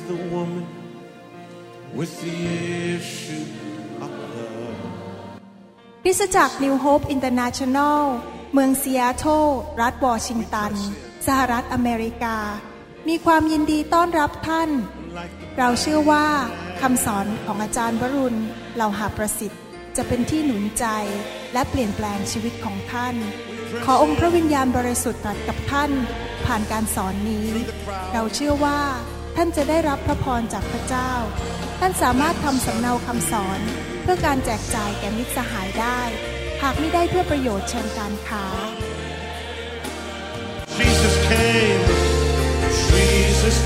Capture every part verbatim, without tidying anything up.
the woman with the issue of blood คริสตจักร New Hope International เมืองซีแอตเทิลรัฐวอชิงตันสหรัฐอเมริกามีความยินดีต้อนรับท่านเราเชื่อว่าคำสอนของอาจารย์วรุณเหล่าหาประสิทธิ์จะเป็นที่หนุนใจและเปลี่ยนแปลงชีวิตของท่านขอองค์พระวิญญาณบริสุทธิ์ตรัสกับท่านผ่านการสอนนี้เราเชื่อว่าท่านจะได้รับพระพรจากพระเจ้าท่านสามารถทำสำเนาคำสอนเพื่อการแจกจ่ายแก่มิตรสหายได้หากไม่ได้เพื่อประโยชน์เชิงการค้า Jesus came Jesus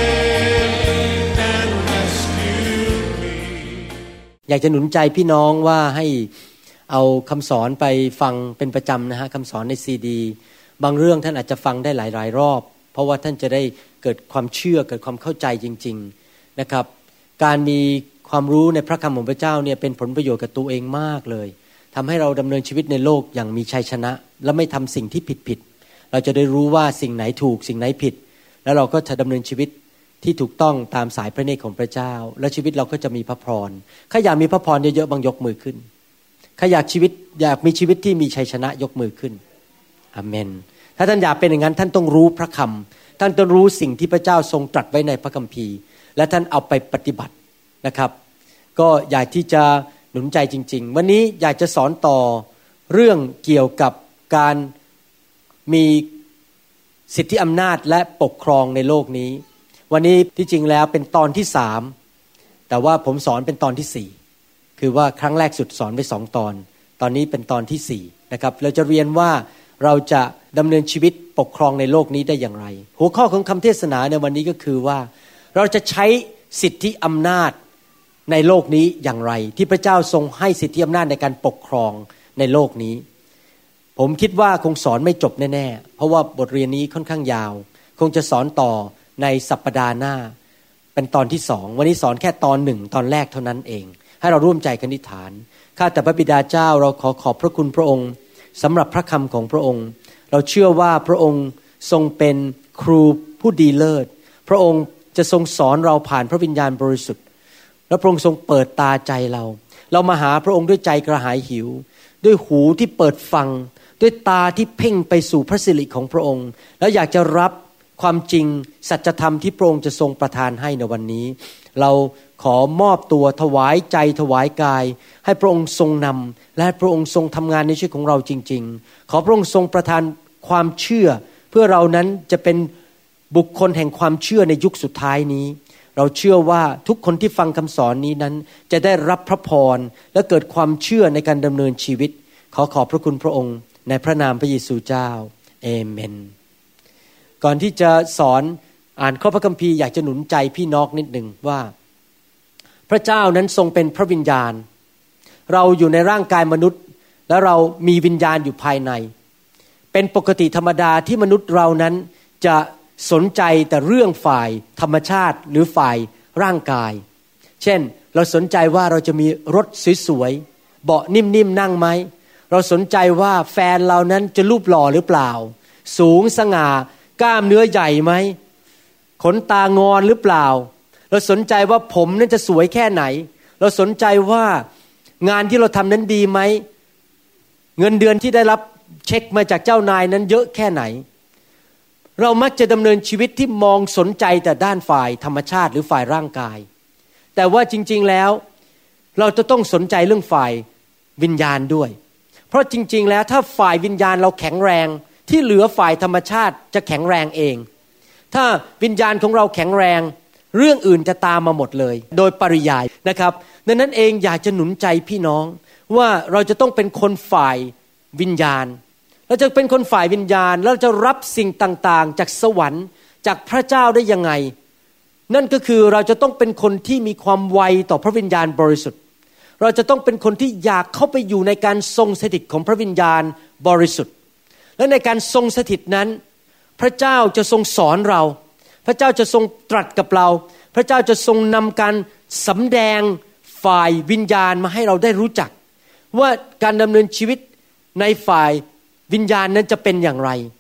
came and rescued me อยากจะหนุนใจพี่น้องว่าให้เอาคำสอนไปฟังเป็นประจำนะฮะคำสอนในซีดีบางเรื่องท่านอาจจะฟังได้หลายๆรอบเพราะว่าท่านจะได้เกิดความเชื่อเกิดความเข้าใจจริงๆนะครับการมีความรู้ในพระคำของพระเจ้าเนี่ยเป็นผลประโยชน์กับตัวเองมากเลยทำให้เราดำเนินชีวิตในโลกอย่างมีชัยชนะและไม่ทำสิ่งที่ผิดๆเราจะได้รู้ว่าสิ่งไหนถูกสิ่งไหนผิดแล้วเราก็จะดำเนินชีวิตที่ถูกต้องตามสายพระเนตรของพระเจ้าและชีวิตเราก็จะมีพระพรใครอยากมีพระพรเยอะๆบางยกมือขึ้นใครอยากชีวิตอยากมีชีวิตที่มีชัยชนะยกมือขึ้นอาเมนถ้าท่านอยากเป็นอย่างนั้นท่านต้องรู้พระคำท่านต้องรู้สิ่งที่พระเจ้าทรงตรัสไว้ในพระคัมภีร์และท่านเอาไปปฏิบัตินะครับก็อยากที่จะหนุนใจจริงๆวันนี้อยากจะสอนต่อเรื่องเกี่ยวกับการมีสิทธิอำนาจและปกครองในโลกนี้วันนี้ที่จริงแล้วเป็นตอนที่สามแต่ว่าผมสอนเป็นตอนที่สี่คือว่าครั้งแรกสุดสอนไปสองตอนตอนนี้เป็นตอนที่สี่นะครับเราจะเรียนว่าเราจะดำเนินชีวิตปกครองในโลกนี้ได้อย่างไรหัวข้อของคำเทศนาในวันนี้ก็คือว่าเราจะใช้สิทธิอำนาจในโลกนี้อย่างไรที่พระเจ้าทรงให้สิทธิอำนาจในการปกครองในโลกนี้ผมคิดว่าคงสอนไม่จบแน่ๆเพราะว่าบทเรียนนี้ค่อนข้างยาวคงจะสอนต่อในสัปดาห์หน้าเป็นตอนที่สองวันนี้สอนแค่ตอนหนึ่งตอนแรกเท่านั้นเองให้เราร่วมใจกันอธิษฐานข้าแต่พระบิดาเจ้าเราขอขอบพระคุณพระองค์สำหรับพระคำของพระองค์เราเชื่อว่าพระองค์ทรงเป็นครูผู้ดีเลิศพระองค์จะทรงสอนเราผ่านพระวิญญาณบริสุทธิ์และพระองค์ทรงเปิดตาใจเราเรามาหาพระองค์ด้วยใจกระหายหิวด้วยหูที่เปิดฟังด้วยตาที่เพ่งไปสู่พระสิริของพระองค์แล้วอยากจะรับความจริงสัจธรรมที่พระองค์จะทรงประทานให้ในวันนี้เราขอมอบตัวถวายใจถวายกายให้พระองค์ทรงนำและให้พระองค์ทรงทำงานในชีวิตของเราจริงๆขอพระองค์ทรงประทานความเชื่อเพื่อเรานั้นจะเป็นบุคคลแห่งความเชื่อในยุคสุดท้ายนี้เราเชื่อว่าทุกคนที่ฟังคำสอนนี้นั้นจะได้รับพระพรและเกิดความเชื่อในการดำเนินชีวิตขอขอบพระคุณพระองค์ในพระนามพระเยซูเจ้าเอเมนก่อนที่จะสอนอ่านข้อพระคัมภีร์อยากจะหนุนใจพี่น้องนิดหนึ่งว่าพระเจ้านั้นทรงเป็นพระวิญญาณเราอยู่ในร่างกายมนุษย์และเรามีวิญญาณอยู่ภายในเป็นปกติธรรมดาที่มนุษย์เรานั้นจะสนใจแต่เรื่องฝ่ายธรรมชาติหรือฝ่ายร่างกายเช่นเราสนใจว่าเราจะมีรถสวยๆเบาะนิ่มๆนั่งไหมเราสนใจว่าแฟนเรานั้นจะรูปหล่อหรือเปล่าสูงสง่ากล้ามเนื้อใหญ่ไหมขนตางอนหรือเปล่าเราสนใจว่าผมนั้นจะสวยแค่ไหนเราสนใจว่างานที่เราทำนั้นดีไหมเงินเดือนที่ได้รับเช็คมาจากเจ้านายนั้นเยอะแค่ไหนเรามักจะดำเนินชีวิตที่มองสนใจแต่ด้านฝ่ายธรรมชาติหรือฝ่ายร่างกายแต่ว่าจริงๆแล้วเราจะต้องสนใจเรื่องฝ่ายวิญญาณด้วยเพราะจริงๆแล้วถ้าฝ่ายวิญญาณเราแข็งแรงที่เหลือฝ่ายธรรมชาติจะแข็งแรงเองถ้าวิญญาณของเราแข็งแรงเรื่องอื่นจะตามมาหมดเลยโดยปริยายนะครับดังนั้นเองอยากจะหนุนใจพี่น้องว่าเราจะต้องเป็นคนฝ่ายวิญญาณเราจะเป็นคนฝ่ายวิญญาณแล้วจะรับสิ่งต่างๆจากสวรรค์จากพระเจ้าได้ยังไงนั่นก็คือเราจะต้องเป็นคนที่มีความไวต่อพระวิญญาณบริสุทธิ์เราจะต้องเป็นคนที่อยากเข้าไปอยู่ในการทรงสถิตของพระวิญญาณบริสุทธิ์และในการทรงสถิตนั้นพระเจ้าจะทรงสอนเราพระเจ้าจะทรงตรัสกับเราพระเจ้าจะทรงนำการสำแดงฝ่ายวิญญาณมาให้เราได้รู้จักว่าการดำเนินชีวิตในฝ่ายวิญญาณนั้นจะเป็นอย่างไร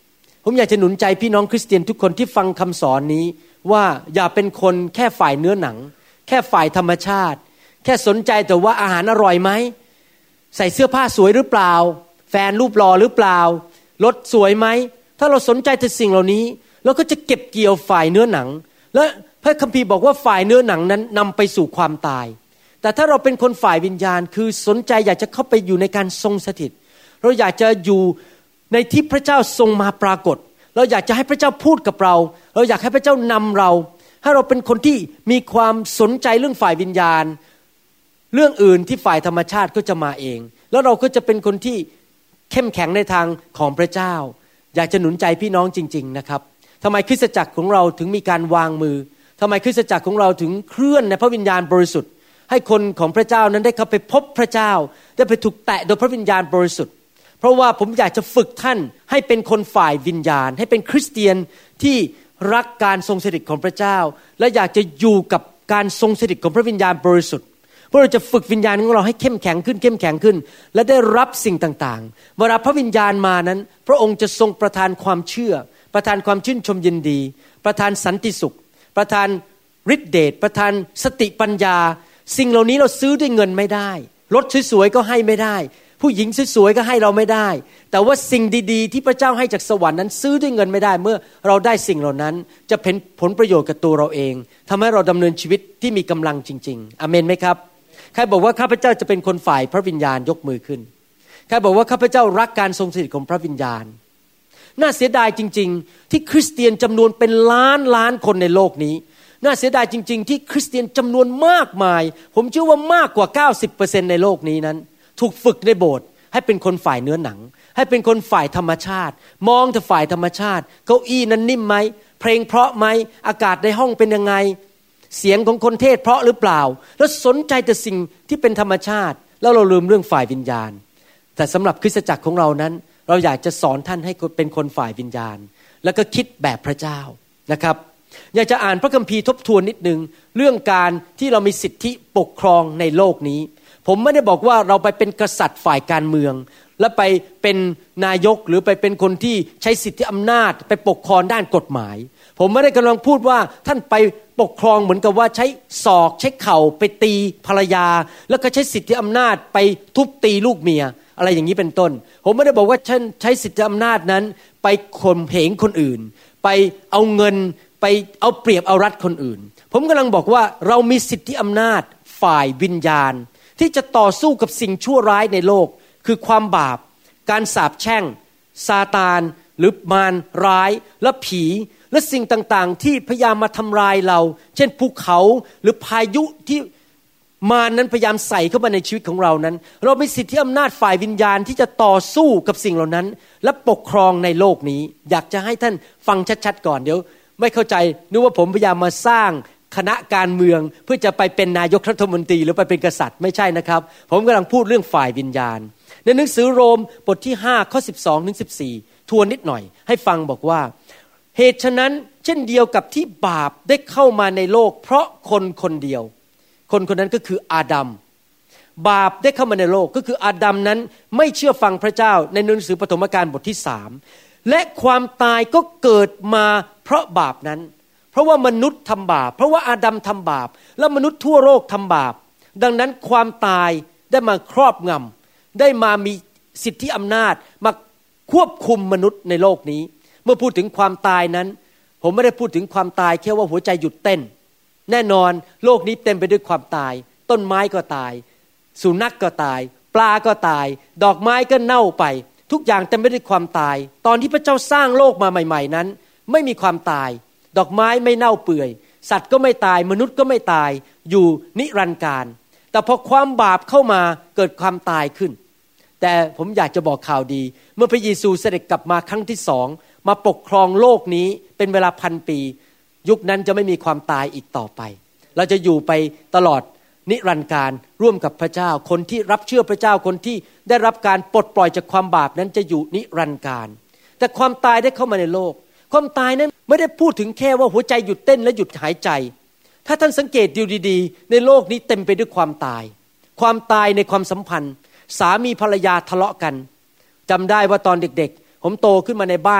ผมอยากจะหนุนใจพี่น้องคริสเตียนทุกคนที่ฟังคำสอนนี้ว่าอย่าเป็นคนแค่ฝ่ายเนื้อหนังแค่ฝ่ายธรรมชาติแค่สนใจแต่ว่าอาหารอร่อยไหมใส่เสื้อผ้าสวยหรือเปล่าแฟนรูปหล่อหรือเปล่ารถสวยไหมถ้าเราสนใจแต่สิ่งเหล่านี้เราก็จะเก็บเกี่ยวฝ่ายเนื้อหนังและพระคัมภีร์บอกว่าฝ่ายเนื้อหนังนั้นนำไปสู่ความตายแต่ถ้าเราเป็นคนฝ่ายวิญญาณคือสนใจอยากจะเข้าไปอยู่ในการทรงสถิตเราอยากจะอยู่ในที่พระเจ้าทรงมาปรากฏเราอยากจะให้พระเจ้าพูดกับเราเราอยากให้พระเจ้านำเราให้เราเป็นคนที่มีความสนใจเรื่องฝ่ายวิญญาณเรื่องอื่นที่ฝ่ายธรรมชาติก็จะมาเองแล้วเราก็จะเป็นคนที่เข้มแข็งในทางของพระเจ้าอยากจะหนุนใจพี่น้องจริงๆนะครับทำไมคริสตจักรของเราถึงมีการวางมือทำไมคริสตจักรของเราถึงเคลื่อนในพระวิญญาณบริสุทธิ์ให้คนของพระเจ้านั้นได้เข้าไปพบพระเจ้าได้ไปถูกแตะโดยพระวิญญาณบริสุทธิ์เพราะว่าผมอยากจะฝึกท่านให้เป็นคนฝ่ายวิญญาณให้เป็นคริสเตียนที่รักการทรงสถิตของพระเจ้าและอยากจะอยู่กับการทรงสถิตของพระวิญญาณบริสุทธิ์เพื่อเราจะฝึกวิญญาณของเราให้เข้มแข็งขึ้นเข้มแข็งขึ้นและได้รับสิ่งต่างๆเวลาพระวิญญาณมานั้นพระองค์จะทรงประทานความเชื่อประทานความชื่นชมยินดีประทานสันติสุขประทานฤทธิเดชประทานสติปัญญาสิ่งเหล่านี้เราซื้อด้วยเงินไม่ได้รถสวยๆก็ให้ไม่ได้ผู้หญิงสวยๆก็ให้เราไม่ได้แต่ว่าสิ่งดีๆที่พระเจ้าให้จากสวรรค์นั้นซื้อด้วยเงินไม่ได้เมื่อเราได้สิ่งเหล่านั้นจะเป็นผลประโยชน์กับตัวเราเองทำให้เราดำเนินชีวิตที่มีกำลังจริงๆอาเมนไหมครับใครบอกว่าข้าพเจ้าจะเป็นคนฝ่ายพระวิญญาณยกมือขึ้นใครบอกว่าข้าพเจ้ารักการทรงสถิตของพระวิญญาณน่าเสียดายจริงๆที่คริสเตียนจำนวนเป็นล้านล้านคนในโลกนี้น่าเสียดายจริงๆที่คริสเตียนจำนวนมากมายผมเชื่อว่ามากกว่า เก้าสิบเปอร์เซ็นต์ ในโลกนี้นั้นถูกฝึกในโบสถ์ให้เป็นคนฝ่ายเนื้อหนังให้เป็นคนฝ่ายธรรมชาติมองแต่ฝ่ายธรรมชาติเก้าอี้นั้นนิ่มไหมเพลงเพราะไหมอากาศในห้องเป็นยังไงเสียงของคนเทศเพราะหรือเปล่าแล้วสนใจแต่สิ่งที่เป็นธรรมชาติแล้วเราลืมเรื่องฝ่ายวิญญาณแต่สำหรับคริสตจักรของเรานั้นเราอยากจะสอนท่านให้เป็นคนฝ่ายวิญญาณแล้วก็คิดแบบพระเจ้านะครับอยากจะอ่านพระคัมภีร์ทบทวนนิดนึงเรื่องการที่เรามีสิทธิปกครองในโลกนี้ผมไม่ได้บอกว่าเราไปเป็นกษัตริย์ฝ่ายการเมืองและไปเป็นนายกหรือไปเป็นคนที่ใช้สิทธิอำนาจไปปกครองด้านกฎหมายผมไม่ได้กำลังพูดว่าท่านไปปกครองเหมือนกับว่าใช้ศอกใช้เข่าไปตีภรรยาแล้วก็ใช้สิทธิอำนาจไปทุบตีลูกเมียอะไรอย่างนี้เป็นต้นผมไม่ได้บอกว่าท่านใช้สิทธิอำนาจนั้นไปข่มเหงคนอื่นไปเอาเงินไปเอาเปรียบเอารัดคนอื่นผมกำลังบอกว่าเรามีสิทธิอำนาจฝ่ายวิญญาณที่จะต่อสู้กับสิ่งชั่วร้ายในโลกคือความบาปการสาปแช่งซาตานหรือมารร้ายและผีและสิ่งต่างๆที่พยายามมาทำลายเราเช่นภูเขาหรือพายุที่มารนั้นพยายามใส่เข้ามาในชีวิตของเรานั้นเรามีสิทธิอำนาจฝ่ายวิญญาณที่จะต่อสู้กับสิ่งเหล่านั้นและปกครองในโลกนี้อยากจะให้ท่านฟังชัดๆก่อนเดี๋ยวไม่เข้าใจนึกว่าผมพยายามมาสร้างคณะการเมืองเพื่อจะไปเป็นนายกรัฐมนตรีหรือไปเป็นกษัตริย์ไม่ใช่นะครับผมกำลังพูดเรื่องฝ่ายวิญญาณในหนังสือโรมบทที่ห้าข้อสิบสองถึงสิบสี่ทวนนิดหน่อยให้ฟังบอกว่าเหตุฉะนั้นเช่นเดียวกับที่บาปได้เข้ามาในโลกเพราะคนคนเดียวคนคนนั้นก็คืออาดัมบาปได้เข้ามาในโลกก็คืออาดัมนั้นไม่เชื่อฟังพระเจ้าในหนังสือปฐมกาลบทที่สามและความตายก็เกิดมาเพราะบาปนั้นเพราะว่ามนุษย์ทำบาปเพราะว่าอาดัมทำบาปและมนุษย์ทั่วโลกทำบาปดังนั้นความตายได้มาครอบงำได้มามีสิทธิอำนาจมาควบคุมมนุษย์ในโลกนี้เมื่อพูดถึงความตายนั้นผมไม่ได้พูดถึงความตายแค่ว่าหัวใจหยุดเต้นแน่นอนโลกนี้เต็มไปด้วยความตายต้นไม้ก็ตายสุนัขก็ตายปลาก็ตายดอกไม้ก็เน่าไปทุกอย่างเต็มไปด้วยความตายตอนที่พระเจ้าสร้างโลกมาใหม่ๆนั้นไม่มีความตายดอกไม้ไม่เน่าเปื่อยสัตว์ก็ไม่ตายมนุษย์ก็ไม่ตายอยู่นิรันดร์กาลแต่พอความบาปเข้ามาเกิดความตายขึ้นแต่ผมอยากจะบอกข่าวดีเมื่อพระเยซูเสด็จกลับมาครั้งที่สองมาปกครองโลกนี้เป็นเวลาพันปียุคนั้นจะไม่มีความตายอีกต่อไปเราจะอยู่ไปตลอดนิรันดร์กาลร่วมกับพระเจ้าคนที่รับเชื่อพระเจ้าคนที่ได้รับการปลดปล่อยจากความบาปนั้นจะอยู่นิรันดร์กาลแต่ความตายได้เข้ามาในโลกความตายนั้นไม่ได้พูดถึงแค่ว่าหัวใจหยุดเต้นและหยุดหายใจถ้าท่านสังเกตดูดีๆในโลกนี้เต็มไปด้วยความตายความตายในความสัมพันธ์สามีภรรยาทะเลาะกันจำได้ว่าตอนเด็กๆผมโตขึ้นมาในบ้าน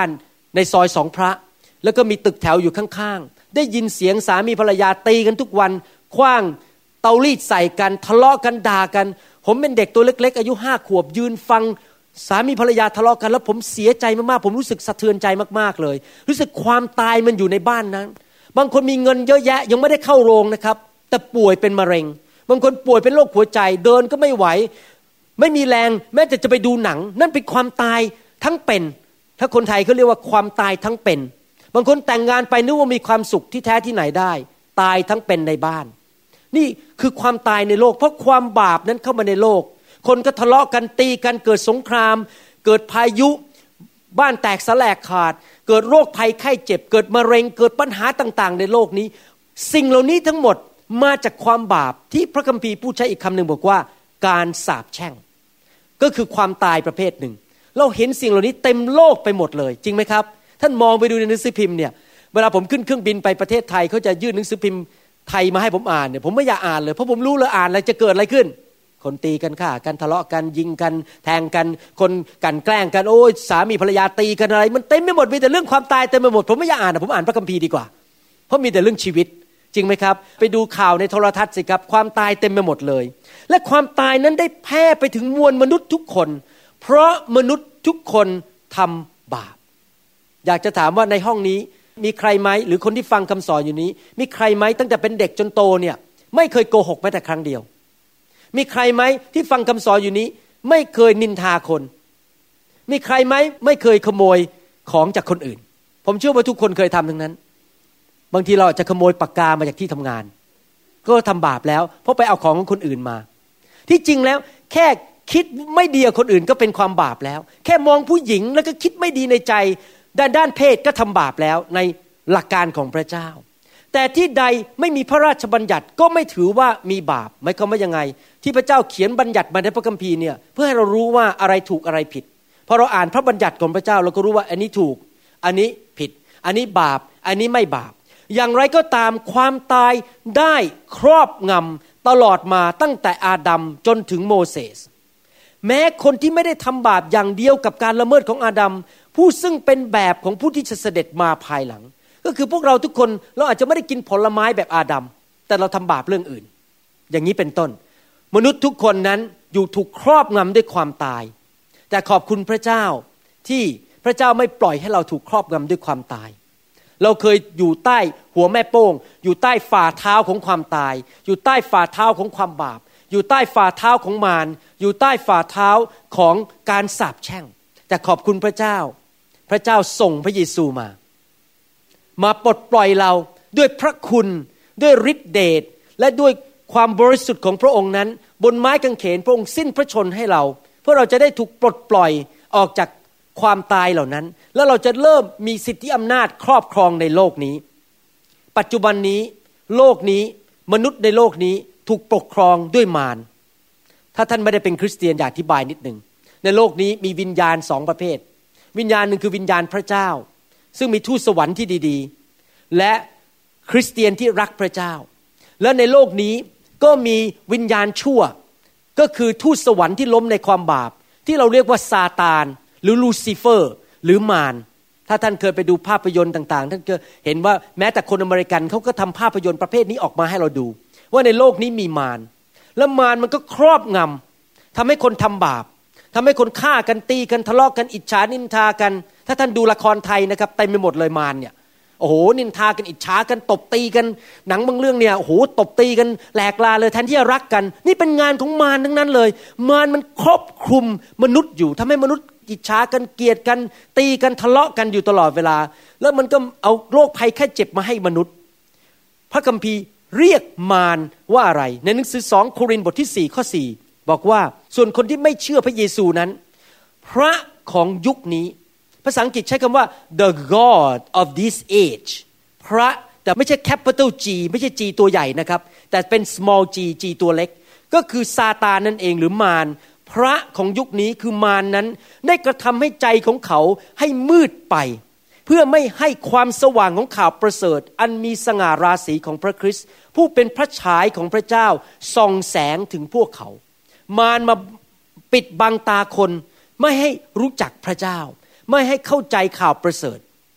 ในซอยสองพระแล้วก็มีตึกแถวอยู่ข้างๆได้ยินเสียงสามีภรรยาตีกันทุกวันขว้างเตารีดใส่กันทะเลาะกันด่ากันผมเป็นเด็กตัวเล็กๆอายุห้าขวบยืนฟังสามีภรรยาทะเลาะกันแล้วผมเสียใจมากๆผมรู้สึกสะเทือนใจมากๆเลยรู้สึกความตายมันอยู่ในบ้านนั้นบางคนมีเงินเยอะแยะยังไม่ได้เข้าโรงนะครับแต่ป่วยเป็นมะเร็งบางคนป่วยเป็นโรคหัวใจเดินก็ไม่ไหวไม่มีแรงแม้แต่จะไปดูหนังนั่นเป็นความตายทั้งเป็นถ้าคนไทยเขาเรียกว่าความตายทั้งเป็นบางคนแต่งงานไปนึกว่ามีความสุขที่แท้ที่ไหนได้ตายทั้งเป็นในบ้านนี่คือความตายในโลกเพราะความบาปนั้นเข้ามาในโลกคนก็ทะเลาะกันตีกันเกิดสงครามเกิดพายุบ้านแตกสลายขาดเกิดโรคภัยไข้เจ็บเกิดมะเร็งเกิดปัญหาต่างๆในโลกนี้สิ่งเหล่านี้ทั้งหมดมาจากความบาปที่พระคัมภีร์พูดใช้อีกคำหนึ่งบอกว่าการสาปแช่งก็คือความตายประเภทหนึ่งเราเห็นสิ่งเหล่านี้เต็มโลกไปหมดเลยจริงไหมครับท่านมองไปดูในหนังสือพิมพ์เนี่ยเวลาผมขึ้นเครื่องบินไปประเทศไทยเขาจะยื่นหนังสือพิมพ์ไทยมาให้ผมอ่านเนี่ยผมไม่อยากอ่านเลยเพราะผมรู้เลยอ่านแล้วจะเกิดอะไรขึ้นคนตีกันฆ่ากันทะเลาะกันยิงกันแทงกันคนกันแกล้งกันโอ้ยสามีภรรยาตีกันอะไรมันเต็มไปหมดมีแต่เรื่องความตายเต็มไปหมดผมไม่อยากอ่านนะผมอ่านพระคัมภีร์ดีกว่าเพราะมีแต่เรื่องชีวิตจริงไหมครับไปดูข่าวในโทรทัศน์สิครับความตายเต็มไปหมดเลยและความตายนั้นได้แพร่ไปถึงมวลมนุษย์ทุกคนเพราะมนุษย์ทุกคนทำบาปอยากจะถามว่าในห้องนี้มีใครไหมหรือคนที่ฟังคำสอนอยู่นี้มีใครไหมตั้งแต่เป็นเด็กจนโตเนี่ยไม่เคยโกหกแม้แต่ครั้งเดียวมีใครไหมที่ฟังคำสอนอยู่นี้ไม่เคยนินทาคนมีใครไหมไม่เคยขโมยของจากคนอื่นผมเชื่อว่าทุกคนเคยทำทั้งนั้นบางทีเราจะขโมยปากกามาจากที่ทำงานก็ทำบาปแล้วเพราะไปเอาของของคนอื่นมาที่จริงแล้วแค่คิดไม่ดีกับคนอื่นก็เป็นความบาปแล้วแค่มองผู้หญิงแล้วก็คิดไม่ดีในใจด้านด้านเพศก็ทำบาปแล้วในหลักการของพระเจ้าแต่ที่ใดไม่มีพระราชบัญญัติก็ไม่ถือว่ามีบาปหมายความว่ายังไงที่พระเจ้าเขียนบัญญัติมาในพระคัมภีร์เนี่ยเพื่อให้เรารู้ว่าอะไรถูกอะไรผิดพอเราอ่านพระบัญญัติของพระเจ้าเราก็รู้ว่าอันนี้ถูกอันนี้ผิดอันนี้บาปอันนี้ไม่บาปอย่างไรก็ตามความตายได้ครอบงำตลอดมาตั้งแต่อาดัมจนถึงโมเสสแม้คนที่ไม่ได้ทำบาปอย่างเดียวกับการละเมิดของอาดัมผู้ซึ่งเป็นแบบของผู้ที่จะเสด็จมาภายหลังก็คือพวกเราทุกคนเราอาจจะไม่ได้กินผลไม้แบบอาดัมแต่เราทำบาปเรื่องอื่นอย่างนี้เป็นต้นมนุษย์ทุกคนนั้นอยู่ถูกครอบงำด้วยความตายแต่ขอบคุณพระเจ้าที่พระเจ้าไม่ปล่อยให้เราถูกครอบงำด้วยความตายเราเคยอยู่ใต้หัวแม่โป้งอยู่ใต้ฝ่าเท้าของความตายอยู่ใต้ฝ่าเท้าของความบาปอยู่ใต้ฝ่าเท้าของมารอยู่ใต้ฝ่าเท้าของการสาปแช่งแต่ขอบคุณพระเจ้าพระเจ้าส่งพระเยซูมามาปลดปล่อยเราด้วยพระคุณด้วยฤทธิเดชและด้วยความบริสุทธิ์ของพระองค์นั้นบนไม้กางเขนพระองค์สิ้นพระชนให้เราเพื่อเราจะได้ถูกปลดปล่อยออกจากความตายเหล่านั้นแล้วเราจะเริ่มมีสิทธิอำนาจครอบครองในโลกนี้ปัจจุบันนี้โลกนี้มนุษย์ในโลกนี้ถูกปกครองด้วยมารถ้าท่านไม่ได้เป็นคริสเตียนอยากอธิบายนิดนึงในโลกนี้มีวิญญาณสองประเภทวิญญาณหนึ่งคือวิญญาณพระเจ้าซึ่งมีทูตสวรรค์ที่ดีๆและคริสเตียนที่รักพระเจ้าแล้วในโลกนี้ก็มีวิญญาณชั่วก็คือทูตสวรรค์ที่ล้มในความบาปที่เราเรียกว่าซาตานหรือลูซิเฟอร์หรือมารถ้าท่านเคยไปดูภาพยนตร์ต่างๆท่านก็เห็นว่าแม้แต่คนอเมริกันเขาก็ทำภาพยนตร์ประเภทนี้ออกมาให้เราดูว่าในโลกนี้มีมารและมารมันก็ครอบงำทำให้คนทำบาปทำให้คนฆ่ากันตีกันทะเลาะกันอิจฉานินทากันถ้าท่านดูละครไทยนะครับเต็มไปหมดเลยมารเนี่ยโอ้โหนินทากันอิจฉากันตบตีกันหนังบางเรื่องเนี่ยโอ้โหตบตีกันแหลกลาเลยแทนที่จะรักกันนี่เป็นงานของมารทั้งนั้นเลยมารมันครอบคลุมมนุษย์อยู่ทำให้มนุษย์อิจฉากันเกลียดกันตีกันทะเลาะกันอยู่ตลอดเวลาแล้วมันก็เอาโรคภัยแค่เจ็บมาให้มนุษย์พระคัมภีร์เรียกมารว่าอะไรในหนังสือสองโครินธ์บทที่สี่ข้อสี่บอกว่าส่วนคนที่ไม่เชื่อพระเยซูนั้นพระของยุคนี้ภาษาอังกฤษใช้คำว่า the god of this age พระแต่ไม่ใช่ capital G ไม่ใช่ G ตัวใหญ่นะครับแต่เป็น small g G ตัวเล็กก็คือซาตานนั่นเองหรือมารพระของยุคนี้คือมารนั้นได้กระทำให้ใจของเขาให้มืดไปเพื่อไม่ให้ความสว่างของข่าวประเสริฐอันมีสง่าราศีของพระคริสต์ผู้เป็นพระฉายของพระเจ้าส่องแสงถึงพวกเขามารมาปิดบังตาคนไม่ให้รู้จักพระเจ้าไม่ให้เข้าใจข่าวประเสริฐ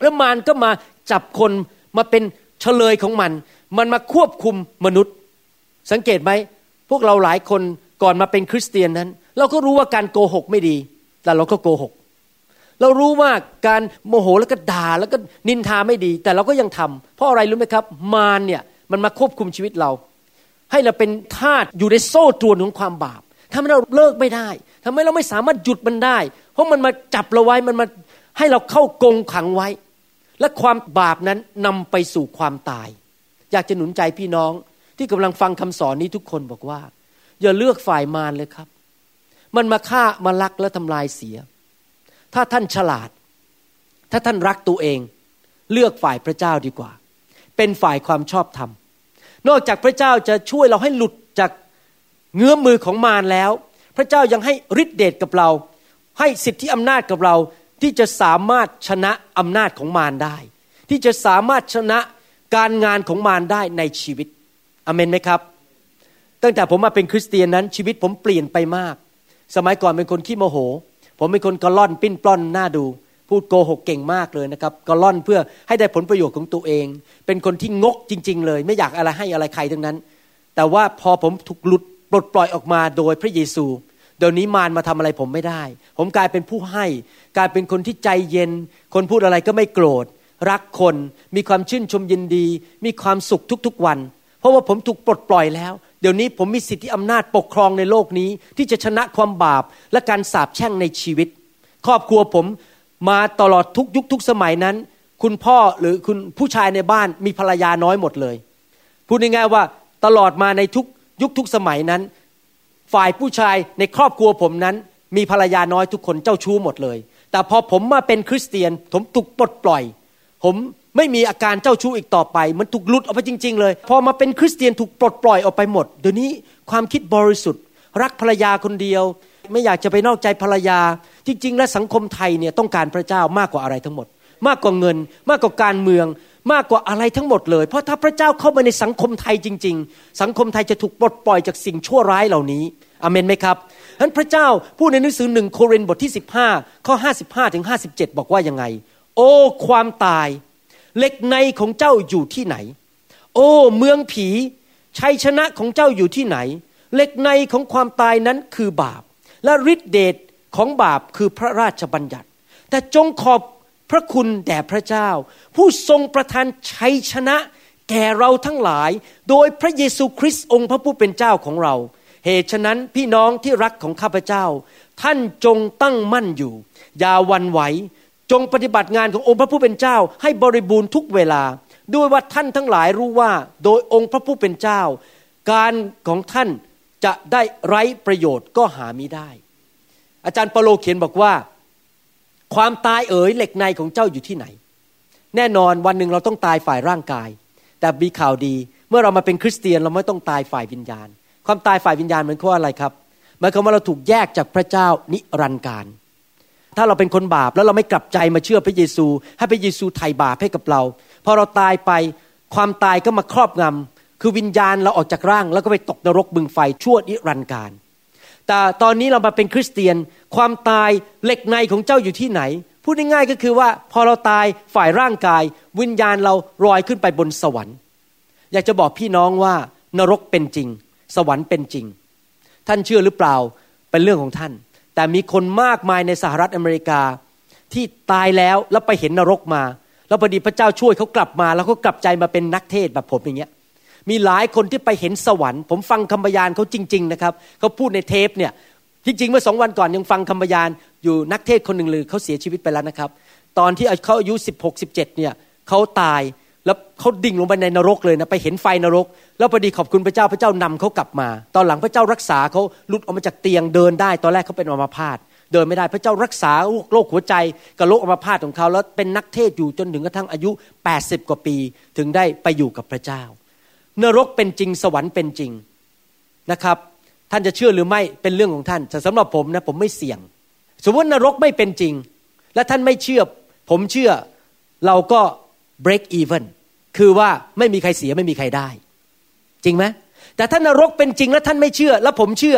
แล้วมารก็มาจับคนมาเป็นเฉลยของมันมันมาควบคุมมนุษย์สังเกตไหมพวกเราหลายคนก่อนมาเป็นคริสเตียนนั้นเราก็รู้ว่าการโกหกไม่ดีแต่เราก็โกหกเรารู้ว่าการโมโหแล้วก็ด่าแล้วก็นินทาไม่ดีแต่เราก็ยังทำเพราะอะไรรู้ไหมครับมารเนี่ยมันมาควบคุมชีวิตเราให้เราเป็นทาสอยู่ในโซ่ตรวนของความบาปทำให้เราเลิกไม่ได้ทำให้เราไม่สามารถหยุดมันได้เพราะมันมาจับเราไว้มันมาให้เราเข้ากรงขังไว้และความบาปนั้นนำไปสู่ความตายอยากจะหนุนใจพี่น้องที่กำลังฟังคำสอนนี้ทุกคนบอกว่าอย่าเลือกฝ่ายมารเลยครับมันมาฆ่ามาลักและทำลายเสียถ้าท่านฉลาดถ้าท่านรักตัวเองเลือกฝ่ายพระเจ้าดีกว่าเป็นฝ่ายความชอบธรรมนอกจากพระเจ้าจะช่วยเราให้หลุดจากเงื้อมมือของมารแล้วพระเจ้ายังให้ฤทธิเดชกับเราให้สิทธิอำนาจกับเราที่จะสามารถชนะอำนาจของมารได้ที่จะสามารถชนะการงานของมารได้ในชีวิตอาเมนไหมครับตั้งแต่ผมมาเป็นคริสเตียนนั้นชีวิตผมเปลี่ยนไปมากสมัยก่อนเป็นคนขี้โมโหผมเป็นคนกระล่อนปิ้นปล้อนหน้าดูพูดโกหกเก่งมากเลยนะครับกระล่อนเพื่อให้ได้ผลประโยชน์ของตัวเองเป็นคนที่งกจริงๆเลยไม่อยากอะไรให้อะไรใครทั้งนั้นแต่ว่าพอผมถูกหลุดปลดปล่อยออกมาโดยพระเยซูเดี๋ยวนี้มารมาทำอะไรผมไม่ได้ผมกลายเป็นผู้ให้กลายเป็นคนที่ใจเย็นคนพูดอะไรก็ไม่โกรธรักคนมีความชื่นชมยินดีมีความสุขทุกๆวันเพราะว่าผมถูกปลดปล่อยแล้วเดี๋ยวนี้ผมมีสิทธิอำนาจปกครองในโลกนี้ที่จะชนะความบาปและการสาปแช่งในชีวิตครอบครัวผมมาตลอดทุกยุคทุกสมัยนั้นคุณพ่อหรือคุณผู้ชายในบ้านมีภรรยาน้อยหมดเลยพูดง่ายๆว่าตลอดมาในทุกยุคทุกสมัยนั้นฝ่ายผู้ชายในครอบครัวผมนั้นมีภรรยาน้อยทุกคนเจ้าชู้หมดเลยแต่พอผมมาเป็นคริสเตียนผมถูกปลดปล่อยผมไม่มีอาการเจ้าชู้อีกต่อไปมันถูกหลุดออกไปจริงๆเลยพอมาเป็นคริสเตียนถูกปลดปล่อยออกไปหมดเดี๋ยวนี้ความคิดบริสุทธิ์รักภรรยาคนเดียวไม่อยากจะไปนอกใจภรรยาจริงๆและสังคมไทยเนี่ยต้องการพระเจ้ามากกว่าอะไรทั้งหมดมากกว่าเงินมากกว่าการเมืองมากกว่าอะไรทั้งหมดเลยเพราะถ้าพระเจ้าเข้ามาในสังคมไทยจริงๆสังคมไทยจะถูกปลดปล่อยจากสิ่งชั่วร้ายเหล่านี้อาเมนไหมครับฉะนั้นพระเจ้าพูดในหนังสือหนึ่งโครินธ์บทที่สิบห้าข้อห้าสิบห้าถึงห้าสิบเจ็ดบอกว่ายังไงโอ้ความตายเหล็กในของเจ้าอยู่ที่ไหนโอ้เมืองผีชัยชนะของเจ้าอยู่ที่ไหนเหล็กในของความตายนั้นคือบาปและฤทธิเดชของบาปคือพระราชบัญญัติแต่จงขอบพระคุณแด่พระเจ้าผู้ทรงประทานชัยชนะแก่เราทั้งหลายโดยพระเยซูคริสต์องค์พระผู้เป็นเจ้าของเราเหตุฉะนั้นพี่น้องที่รักของข้าพเจ้าท่านจงตั้งมั่นอยู่อย่าหวั่นไหวจงปฏิบัติงานขององค์พระผู้เป็นเจ้าให้บริบูรณ์ทุกเวลาด้วยว่าท่านทั้งหลายรู้ว่าโดยองค์พระผู้เป็นเจ้าการของท่านจะได้ไร้ประโยชน์ก็หามิได้อาจารย์เปาโลเขียนบอกว่าความตายเอ๋ยเหล็กในของเจ้าอยู่ที่ไหนแน่นอนวันหนึ่งเราต้องตายฝ่ายร่างกายแต่มีข่าวดีเมื่อเรามาเป็นคริสเตียนเราไม่ต้องตายฝ่ายวิญญาณความตายฝ่ายวิญญาณหมายความว่าอะไรครับหมายความว่าเราถูกแยกจากพระเจ้านิรันดร์การถ้าเราเป็นคนบาปแล้วเราไม่กลับใจมาเชื่อพระเยซูให้พระเยซูไถ่บาปให้กับเราพอเราตายไปความตายก็มาครอบงำคือวิญญาณเราออกจากร่างแล้วก็ไปตกนรกบึงไฟชั่วนิรันดร์การแต่ตอนนี้เรามาเป็นคริสเตียนความตายเหล็กในของเจ้าอยู่ที่ไหนพูดง่ายๆก็คือว่าพอเราตายฝ่ายร่างกายวิญญาณเราลอยขึ้นไปบนสวรรค์อยากจะบอกพี่น้องว่านรกเป็นจริงสวรรค์เป็นจริงท่านเชื่อหรือเปล่าเป็นเรื่องของท่านแต่มีคนมากมายในสหรัฐอเมริกาที่ตายแล้วแล้วไปเห็นนรกมาแล้วพอดีพระเจ้าช่วยเขากลับมาแล้วเขากลับใจมาเป็นนักเทศแบบผมอย่างเงี้ยมีหลายคนที่ไปเห็นสวรรค์ผมฟังคำพยานเขาจริงๆนะครับเขาพูดในเทปเนี่ยจริงๆเมื่อสองวันก่อนยังฟังคำพยานอยู่นักเทศคนหนึ่งเลยเขาเสียชีวิตไปแล้วนะครับตอนที่เขาอายุสิบหก สิบเจ็ดเนี่ยเขาตายแล้วเขาดิ่งลงไปในนรกเลยนะไปเห็นไฟนรกแล้วพอดีขอบคุณพระเจ้าพระเจ้านำเขากลับมาตอนหลังพระเจ้ารักษาเขาหลุดออกมาจากเตียงเดินได้ตอนแรกเขาเป็นอัมพาตเดินไม่ได้พระเจ้ารักษาโรคหัวใจกับโรคอัมพาตของเขาแล้วเป็นนักเทศอยู่จนถึงกระทั่งอายุแปดสิบกว่าปีถึงได้ไปอยู่กับพระเจ้านรกเป็นจริงสวรรค์เป็นจริงนะครับท่านจะเชื่อหรือไม่เป็นเรื่องของท่านแต่สำหรับผมนะผมไม่เสี่ยงสมมตินรกไม่เป็นจริงและท่านไม่เชื่อผมเชื่อเราก็ break even คือว่าไม่มีใครเสียไม่มีใครได้จริงไหมแต่ถ้านรกเป็นจริงแล้วท่านไม่เชื่อแล้วผมเชื่อ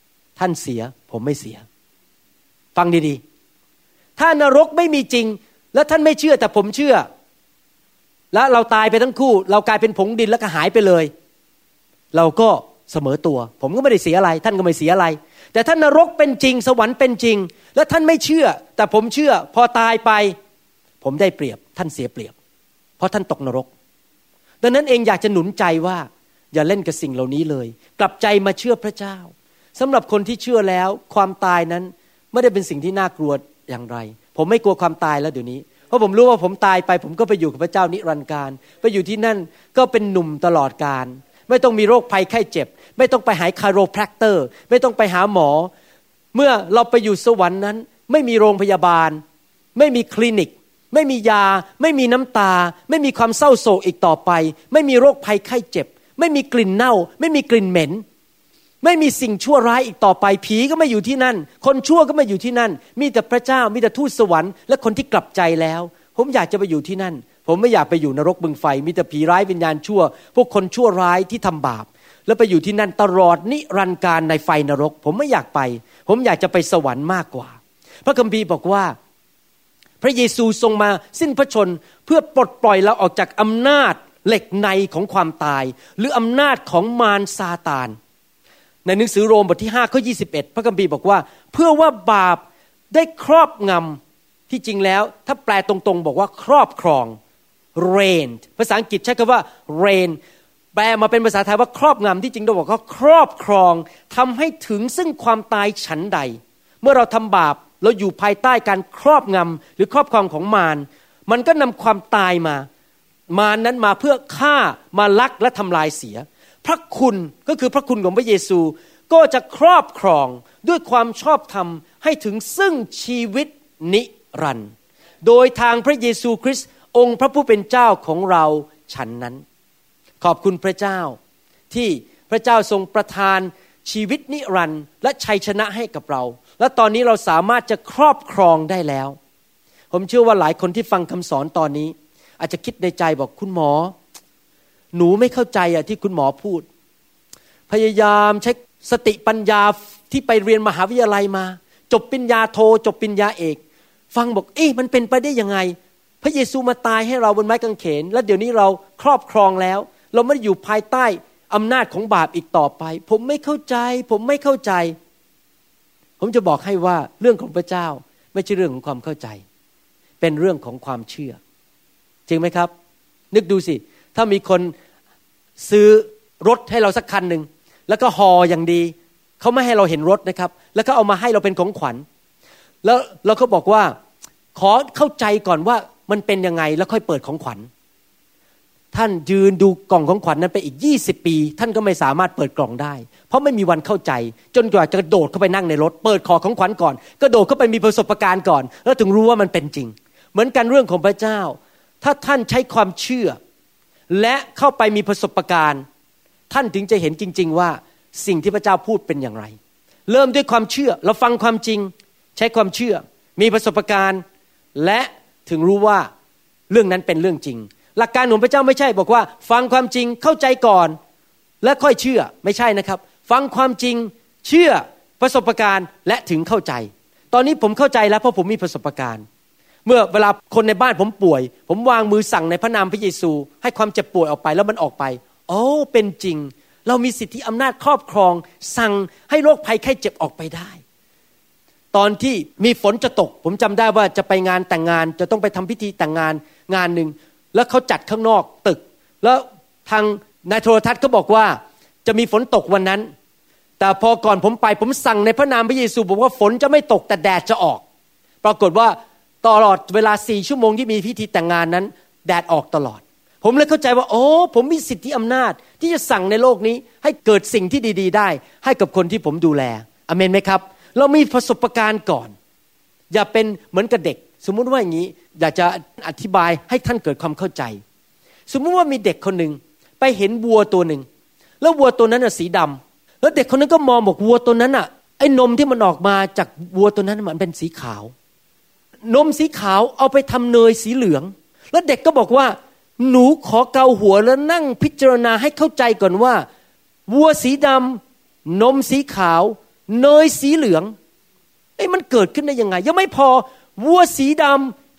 ท่านเสียผมไม่เสียฟังดีๆถ้านรกไม่มีจริงแล้วท่านไม่เชื่อแต่ผมเชื่อแล้วเราตายไปทั้งคู่เรากลายเป็นผงดินแล้วก็หายไปเลยเราก็เสมอตัวผมก็ไม่ได้เสียอะไรท่านก็ไม่เสียอะไรแต่ท่านนรกเป็นจริงสวรรค์เป็นจริงแล้วท่านไม่เชื่อแต่ผมเชื่อพอตายไปผมได้เปรียบท่านเสียเปรียบเพราะท่านตกนรกดังนั้นเองอยากจะหนุนใจว่าอย่าเล่นกับสิ่งเหล่านี้เลยกลับใจมาเชื่อพระเจ้าสำหรับคนที่เชื่อแล้วความตายนั้นไม่ได้เป็นสิ่งที่น่ากลัวอย่างไรผมไม่กลัวความตายแล้วเดี๋ยวนี้เพราะผมรู้ว่าผมตายไปผมก็ไปอยู่กับพระเจ้านิรันดร์การไปอยู่ที่นั่นก็เป็นหนุ่มตลอดกาลไม่ต้องมีโรคภัยไข้เจ็บไม่ต้องไปหาคาโรแพคเตอร์ไม่ต้องไปหาหมอเมื่อเราไปอยู่สวรรค์นั้นไม่มีโรงพยาบาลไม่มีคลินิกไม่มียาไม่มีน้ำตาไม่มีความเศร้าโศกอีกต่อไปไม่มีโรคภัยไข้เจ็บไม่มีกลิ่นเน่าไม่มีกลิ่นเหม็นไม่มีสิ่งชั่วร้ายอีกต่อไปผีก็ไม่อยู่ที่นั่นคนชั่วก็ไม่อยู่ที่นั่นมีแต่พระเจ้ามีแต่ทูตสวรรค์และคนที่กลับใจแล้วผมอยากจะไปอยู่ที่นั่นผมไม่อยากไปอยู่นรกบึงไฟมีแต่ผีร้ายวิญญาณชั่วพวกคนชั่วร้ายที่ทำบาปแล้วไปอยู่ที่นั่นตลอดนิรันดร์กาลในไฟนรกผมไม่อยากไปผมอยากจะไปสวรรค์มากกว่าพระคัมภีร์บอกว่าพระเยซูทรงมาสิ้นพระชนม์เพื่อปลดปล่อยเราออกจากอำนาจเหล็กในของความตายหรืออำนาจของมารซาตานในหนังสือโรมบทที่ห้าข้อยี่สิบเอ็ดพระคัมภีร์บอกว่าเพื่อว่าบาปได้ครอบงำที่จริงแล้วถ้าแปลตรงๆบอกว่าครอบครอง reign ภาษาอังกฤษใช้คำว่า reign แปลมาเป็นภาษาไทยว่าครอบงำที่จริงเราบอกว่าครอบครองทำให้ถึงซึ่งความตายฉันใดเมื่อเราทำบาปเราอยู่ภายใต้การครอบงำหรือครอบครองของมารมันก็นำความตายมามารนั้นมาเพื่อฆ่ามาลักและทำลายเสียพระคุณก็คือพระคุณของพระเยซูก็จะครอบครองด้วยความชอบธรรมให้ถึงซึ่งชีวิตนิรันดร์โดยทางพระเยซูคริสต์องค์พระผู้เป็นเจ้าของเราฉันนั้นขอบคุณพระเจ้าที่พระเจ้าทรงประทานชีวิตนิรันดร์และชัยชนะให้กับเราและตอนนี้เราสามารถจะครอบครองได้แล้วผมเชื่อว่าหลายคนที่ฟังคำสอนตอนนี้อาจจะคิดในใจบอกคุณหมอหนูไม่เข้าใจอ่ะที่คุณหมอพูดพยายามใช้สติปัญญาที่ไปเรียนมหาวิทยาลัยมาจบปริญญาโทจบปริญญาเอกฟังบอกเอ๊ะมันเป็นไปได้ยังไงพระเยซูมาตายให้เราบนไม้กางเขนและเดี๋ยวนี้เราครอบครองแล้วเราไม่ได้อยู่ภายใต้อำนาจของบาปอีกต่อไปผมไม่เข้าใจผมไม่เข้าใจผมจะบอกให้ว่าเรื่องของพระเจ้าไม่ใช่เรื่องของความเข้าใจเป็นเรื่องของความเชื่อจริงไหมครับนึกดูสิถ้ามีคนซื้อรถให้เราสักคันหนึ่งแล้วก็ห่ออย่างดีเขาไม่ให้เราเห็นรถนะครับแล้วก็เอามาให้เราเป็นของขวัญแล้วเราก็บอกว่าขอเข้าใจก่อนว่ามันเป็นยังไงแล้วค่อยเปิดของขวัญท่านยืนดูกล่องของขวัญนั้นไปอีกยี่สิบปีท่านก็ไม่สามารถเปิดกล่องได้เพราะไม่มีวันเข้าใจจนกว่าจะกระโดดเข้าไปนั่งในรถเปิดขอของขวัญก่อนกระโดดเข้าไปมีประสบการณ์ก่อนแล้วถึงรู้ว่ามันเป็นจริงเหมือนกันเรื่องของพระเจ้าถ้าท่านใช้ความเชื่อและเข้าไปมีประสบการณ์ท่านถึงจะเห็นจริงๆว่าสิ่งที่พระเจ้าพูดเป็นอย่างไรเริ่มด้วยความเชื่อเราฟังความจริงใช้ความเชื่อมีประสบการณ์และถึงรู้ว่าเรื่องนั้นเป็นเรื่องจริงหลักการของพระเจ้าไม่ใช่บอกว่าฟังความจริงเข้าใจก่อนและค่อยเชื่อไม่ใช่นะครับฟังความจริงเชื่อประสบการณ์และถึงเข้าใจตอนนี้ผมเข้าใจแล้วเพราะผมมีประสบการณ์เมื่อเวลาคนในบ้านผมป่วยผมวางมือสั่งในพระนามพระเยซูให้ความเจ็บป่วยออกไปแล้วมันออกไปโอ้เป็นจริงเรามีสิทธิอำนาจครอบครองสั่งให้โรคภัยไข้เจ็บออกไปได้ตอนที่มีฝนจะตกผมจำได้ว่าจะไปงานแต่งงานจะต้องไปทำพิธีแต่งงานงานหนึ่งแล้วเขาจัดข้างนอกตึกแล้วทางนายโทรทัศน์เขาบอกว่าจะมีฝนตกวันนั้นแต่พอก่อนผมไปผมสั่งในพระนามพระเยซูบอกว่าฝนจะไม่ตกแต่แดดจะออกปรากฏว่าตลอดเวลาสี่ชั่วโมงที่มีพิธีแต่งงานนั้นแดดออกตลอดผมเลยเข้าใจว่าโอ้ผมมีสิทธิอำนาจที่จะสั่งในโลกนี้ให้เกิดสิ่งที่ดีๆได้ให้กับคนที่ผมดูแลอาเมนไหมครับเรามีประสบการณ์ก่อนอย่าเป็นเหมือนกับเด็กสมมุติว่าอย่างนี้อยากจะอธิบายให้ท่านเกิดความเข้าใจสมมุติว่ามีเด็กคนหนึ่งไปเห็นวัวตัวหนึ่งแล้ววัวตัวนั้นน่ะสีดำแล้วเด็กคนนั้นก็มองบอกวัวตัวนั้นน่ะไอ้นมที่มันออกมาจากวัวตัวนั้นมันเป็นสีขาวนมสีขาวเอาไปทำเนยสีเหลืองแล้วเด็กก็บอกว่าหนูขอเกาหัวแล้วนั่งพิจารณาให้เข้าใจก่อนว่าวัวสีดำนมสีขาวเนยสีเหลืองไอ้มันเกิดขึ้นได้ยังไงยังไม่พอวัวสีด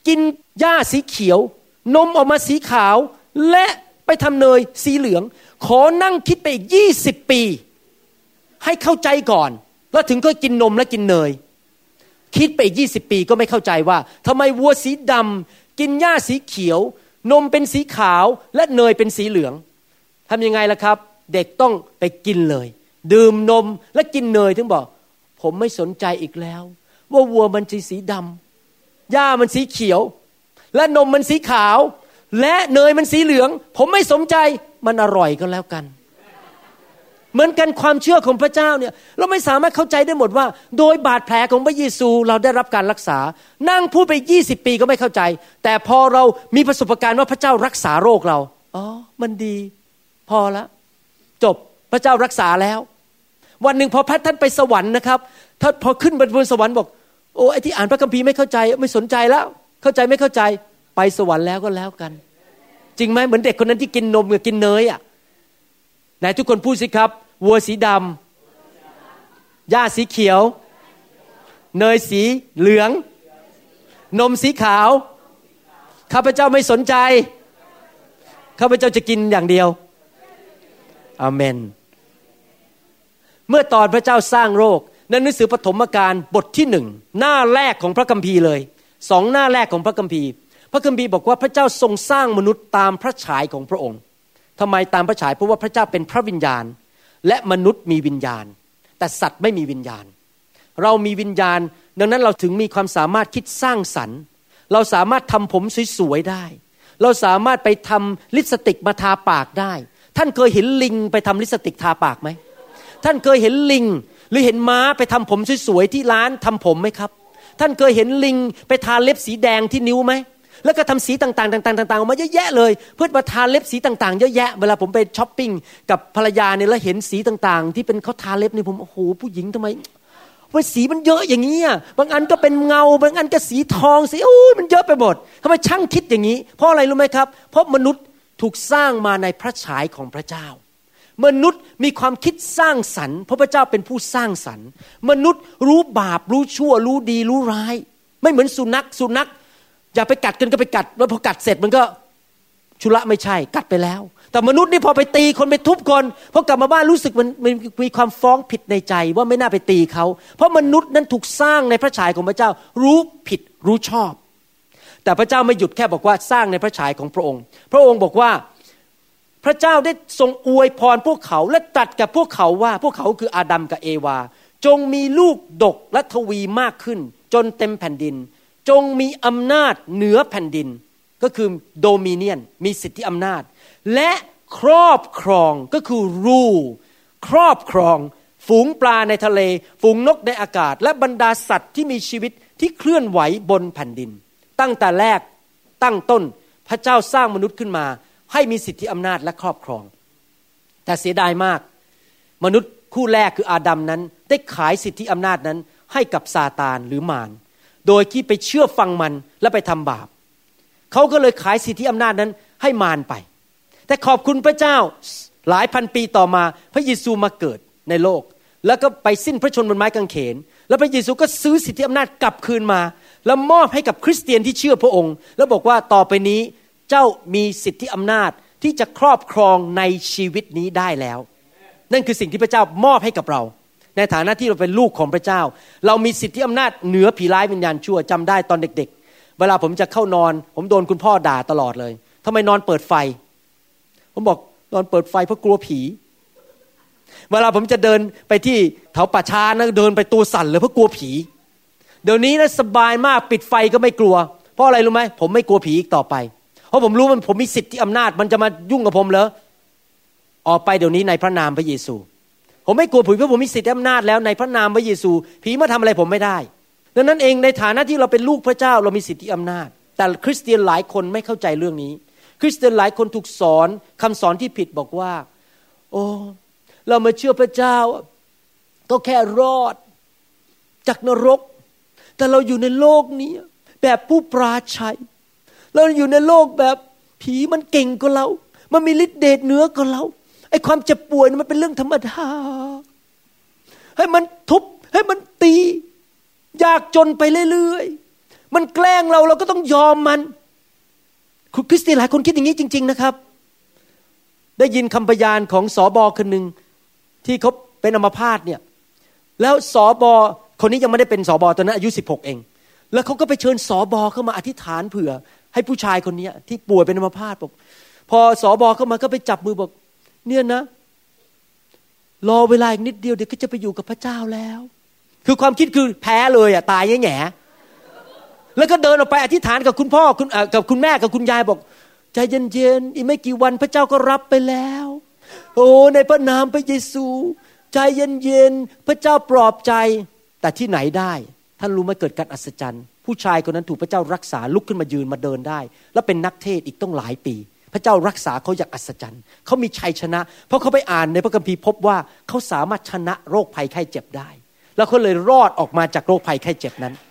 กินหญ้าสีเขียวนมออกมาสีขาวและไปทำเนยสีเหลืองขอนั่งคิดไปอีกยี่สิบปีให้เข้าใจก่อนแล้วถึงก็กินนมและกินเนยคิดไปอีกยี่สิบปีก็ไม่เข้าใจว่าทำไมวัวสีดำกินหญ้าสีเขียวนมเป็นสีขาวและเนยเป็นสีเหลืองทำยังไงล่ะครับเด็กต้องไปกินเลยดื่มนมและกินเนยถึงบอกผมไม่สนใจอีกแล้วว่าวัวมันสีสีดำหญ้ามันสีเขียวและนมมันสีขาวและเนยมันสีเหลืองผมไม่สนใจมันอร่อยก็แล้วกันเหมือนกันความเชื่อของพระเจ้าเนี่ยเราไม่สามารถเข้าใจได้หมดว่าโดยบาดแผลของพระเยซูเราได้รับการรักษานั่งพูดไปยี่สิบปีก็ไม่เข้าใจแต่พอเรามีประสบการณ์ว่าพระเจ้ารักษาโรคเราอ๋อมันดีพอละจบพระเจ้ารักษาแล้ววันหนึ่งพอพระท่านไปสวรรค์นะครับถ้าพอขึ้นไปบนสวรรค์บอกโอ้ไอ้ที่อ่านพระคัมภีร์ไม่เข้าใจไม่สนใจแล้วเข้าใจไม่เข้าใจไปสวรรค์แล้วก็แล้วกันจริงไหมเหมือนเด็กคนนั้นที่กินนมกับกินเนยอ่ะไหนทุกคนพูดสิครับวัวสีดำหญ้าสีเขียวเนยสีเหลืองนมสีขาวข้าพเจ้าไม่สนใจข้าพเจ้าจะกินอย่างเดียวอาเมนเมื่อตอนพระเจ้าสร้างโลกในหนังสือปฐมกาลบทที่หนึ่งหน้าแรกของพระคัมภีร์เลยสองหน้าแรกของพระคัมภีร์พระคัมภีร์บอกว่าพระเจ้าทรงสร้างมนุษย์ตามพระฉายของพระองค์ทำไมตามพระฉายเพราะว่าพระเจ้าเป็นพระวิญญาณและมนุษย์มีวิญญาณแต่สัตว์ไม่มีวิญญาณเรามีวิญญาณดังนั้นเราถึงมีความสามารถคิดสร้างสรรค์เราสามารถทำผมสวยๆได้เราสามารถไปทำลิปสติกมาทาปากได้ท่านเคยเห็นลิงไปทำลิปสติกทาปากไหมท่านเคยเห็นลิงหรือเห็นม้าไปทำผมสวยๆที่ร้านทำผมไหมครับท่านเคยเห็นลิงไปทาเล็บสีแดงที่นิ้วไหมแล้วก็ทำสีต่างๆต่างๆต่างๆออกมาเยอะแยะเลยเพื่อมาทาเล็บสีต่างๆเยอะแยะเวลาผมไปช้อปปิ้งกับภรรยาเนี่ยแล้วเห็นสีต่างๆที่เป็นเขาทาเล็บนี่ผมโอ้โหผู้หญิงทำไมว่าสีมันเยอะอย่างนี้อ่ะบางอันก็เป็นเงาบางอันก็สีทองสีโอ้ยมันเยอะไปหมดทำไมช่างคิดอย่างนี้เพราะอะไรรู้ไหมครับเพราะมนุษย์ถูกสร้างมาในพระฉายของพระเจ้ามนุษย์มีความคิดสร้างสรรค์เพราะพระเจ้าเป็นผู้สร้างสรรค์มนุษย์รู้บาปรู้ชั่วรู้ดีรู้ร้ายไม่เหมือนสุนัขสุนัขอย่าไปกัดกันก็ไปกัดแล้วพอกัดเสร็จมันก็ชุระไม่ใช่กัดไปแล้วแต่มนุษย์นี่พอไปตีคนไปทุบคนพอกลับมาบ้านรู้สึกมันมีความฟ้องผิดในใจว่าไม่น่าไปตีเขาเพราะมนุษย์นั้นถูกสร้างในพระฉายของพระเจ้ารู้ผิดรู้ชอบแต่พระเจ้าไม่หยุดแค่บอกว่าสร้างในพระฉายของพระองค์พระองค์บอกว่าพระเจ้าได้ทรงอวยพรพวกเขาและตรัสกับพวกเขาว่าพวกเขาคืออาดัมกับเอวาจงมีลูกดกและทวีมากขึ้นจนเต็มแผ่นดินจงมีอำนาจเหนือแผ่นดินก็คือโดมิเนียนมีสิทธิอำนาจและครอบครองก็คือรูครอบครองฝูงปลาในทะเลฝูงนกในอากาศและบรรดาสัตว์ที่มีชีวิตที่เคลื่อนไหวบนแผ่นดินตั้งแต่แรกตั้งต้นพระเจ้าสร้างมนุษย์ขึ้นมาให้มีสิทธิอำนาจและครอบครองแต่เสียดายมากมนุษย์คู่แรกคืออาดัมนั้นได้ขายสิทธิอำนาจนั้นให้กับซาตานหรือมารโดยที่ไปเชื่อฟังมันและไปทำบาปเขาก็เลยขายสิทธิอำนาจนั้นให้มารไปแต่ขอบคุณพระเจ้าหลายพันปีต่อมาพระเยซูมาเกิดในโลกแล้วก็ไปสิ้นพระชนม์บนไม้กางเขนแล้วพระเยซูก็ซื้อสิทธิอำนาจกลับคืนมาแล้วมอบให้กับคริสเตียนที่เชื่อพระองค์แล้วบอกว่าต่อไปนี้เจ้ามีสิทธิอำนาจที่จะครอบครองในชีวิตนี้ได้แล้วนั่นคือสิ่งที่พระเจ้ามอบให้กับเราในฐานะที่เราเป็นลูกของพระเจ้าเรามีสิทธิอำนาจเหนือผีร้ายวิญญาณชั่วจำได้ตอนเด็กๆเวลาผมจะเข้านอนผมโดนคุณพ่อด่าตลอดเลยทำไมนอนเปิดไฟผมบอกนอนเปิดไฟเพราะกลัวผีเวลาผมจะเดินไปที่แถวป่าช้านะเดินไปตัวสั่นเลยเพราะกลัวผีเดี๋ยวนี้นะสบายมากปิดไฟก็ไม่กลัวเพราะอะไรรู้ไหมผมไม่กลัวผีอีกต่อไปเพราะผมรู้ว่าผมมีสิทธิอำนาจมันจะมายุ่งกับผมเหรอออกไปเดี๋ยวนี้ในพระนามพระเยซูผมไม่กลัวผีเพราะผมมีสิทธิอำนาจแล้วในพระนามพระเยซูผีมาทำอะไรผมไม่ได้ดังนั้นเองในฐานะที่เราเป็นลูกพระเจ้าเรามีสิทธิอำนาจแต่คริสเตียนหลายคนไม่เข้าใจเรื่องนี้คริสเตียนหลายคนถูกสอนคำสอนที่ผิดบอกว่าโอ้เรามาเชื่อพระเจ้าก็แค่รอดจากนรกแต่เราอยู่ในโลกนี้แบบผู้ปราชัยเราอยู่ในโลกแบบผีมันเก่งกว่าเรามันมีฤทธิ์เดชเหนือกว่าเราไอ้ความเจ็บป่วยมันเป็นเรื่องธรรมดาให้มันทุบให้มันตียากจนไปเรื่อยๆมันแกล้งเราเราก็ต้องยอมมันคริสเตียนหลายคนคิดอย่างนี้จริงๆนะครับได้ยินคำพยานของสบคนนึงที่เขาเป็นอัมพาตเนี่ยแล้วสบคนนี้ยังไม่ได้เป็นสบตอนนั้นอายุสิบหกเองแล้วเขาก็ไปเชิญสบเข้ามาอธิษฐานเผื่อให้ผู้ชายคนนี้ที่ป่วยเป็นอัมพาตบอกพอสบเข้ามาก็ไปจับมือบอกเนี่ยนะรอเวลาอีกนิดเดียวเดี๋ยวก็จะไปอยู่กับพระเจ้าแล้วคือความคิดคือแพ้เลยอ่ะตายแง่ๆแล้วก็เดินออกไปอธิษฐานกับคุณพ่อคุณกับคุณแม่กับคุณยายบอกใจเย็นๆอีกไม่กี่วันพระเจ้าก็รับไปแล้วโอ้ในพระนามพระเยซูใจเย็นๆพระเจ้าปลอบใจแต่ที่ไหนได้ท่านรู้ไหมเกิดการอัศจรรย์ผู้ชายคนนั้นถูกพระเจ้ารักษาลุกขึ้นมายืนมาเดินได้แล้วเป็นนักเทศน์อีกต้องหลายปีพระเจ้ารักษาเขาอย่างอัศจรรย์เขามีชัยชนะเพราะเขาไปอ่านในพระคัมภีร์พบว่าเขาสามารถชนะโรคภัยไข้เจ็บได้แล้วเขาเลยรอดออกมาจากโรคภัยไข้เจ็บนั้น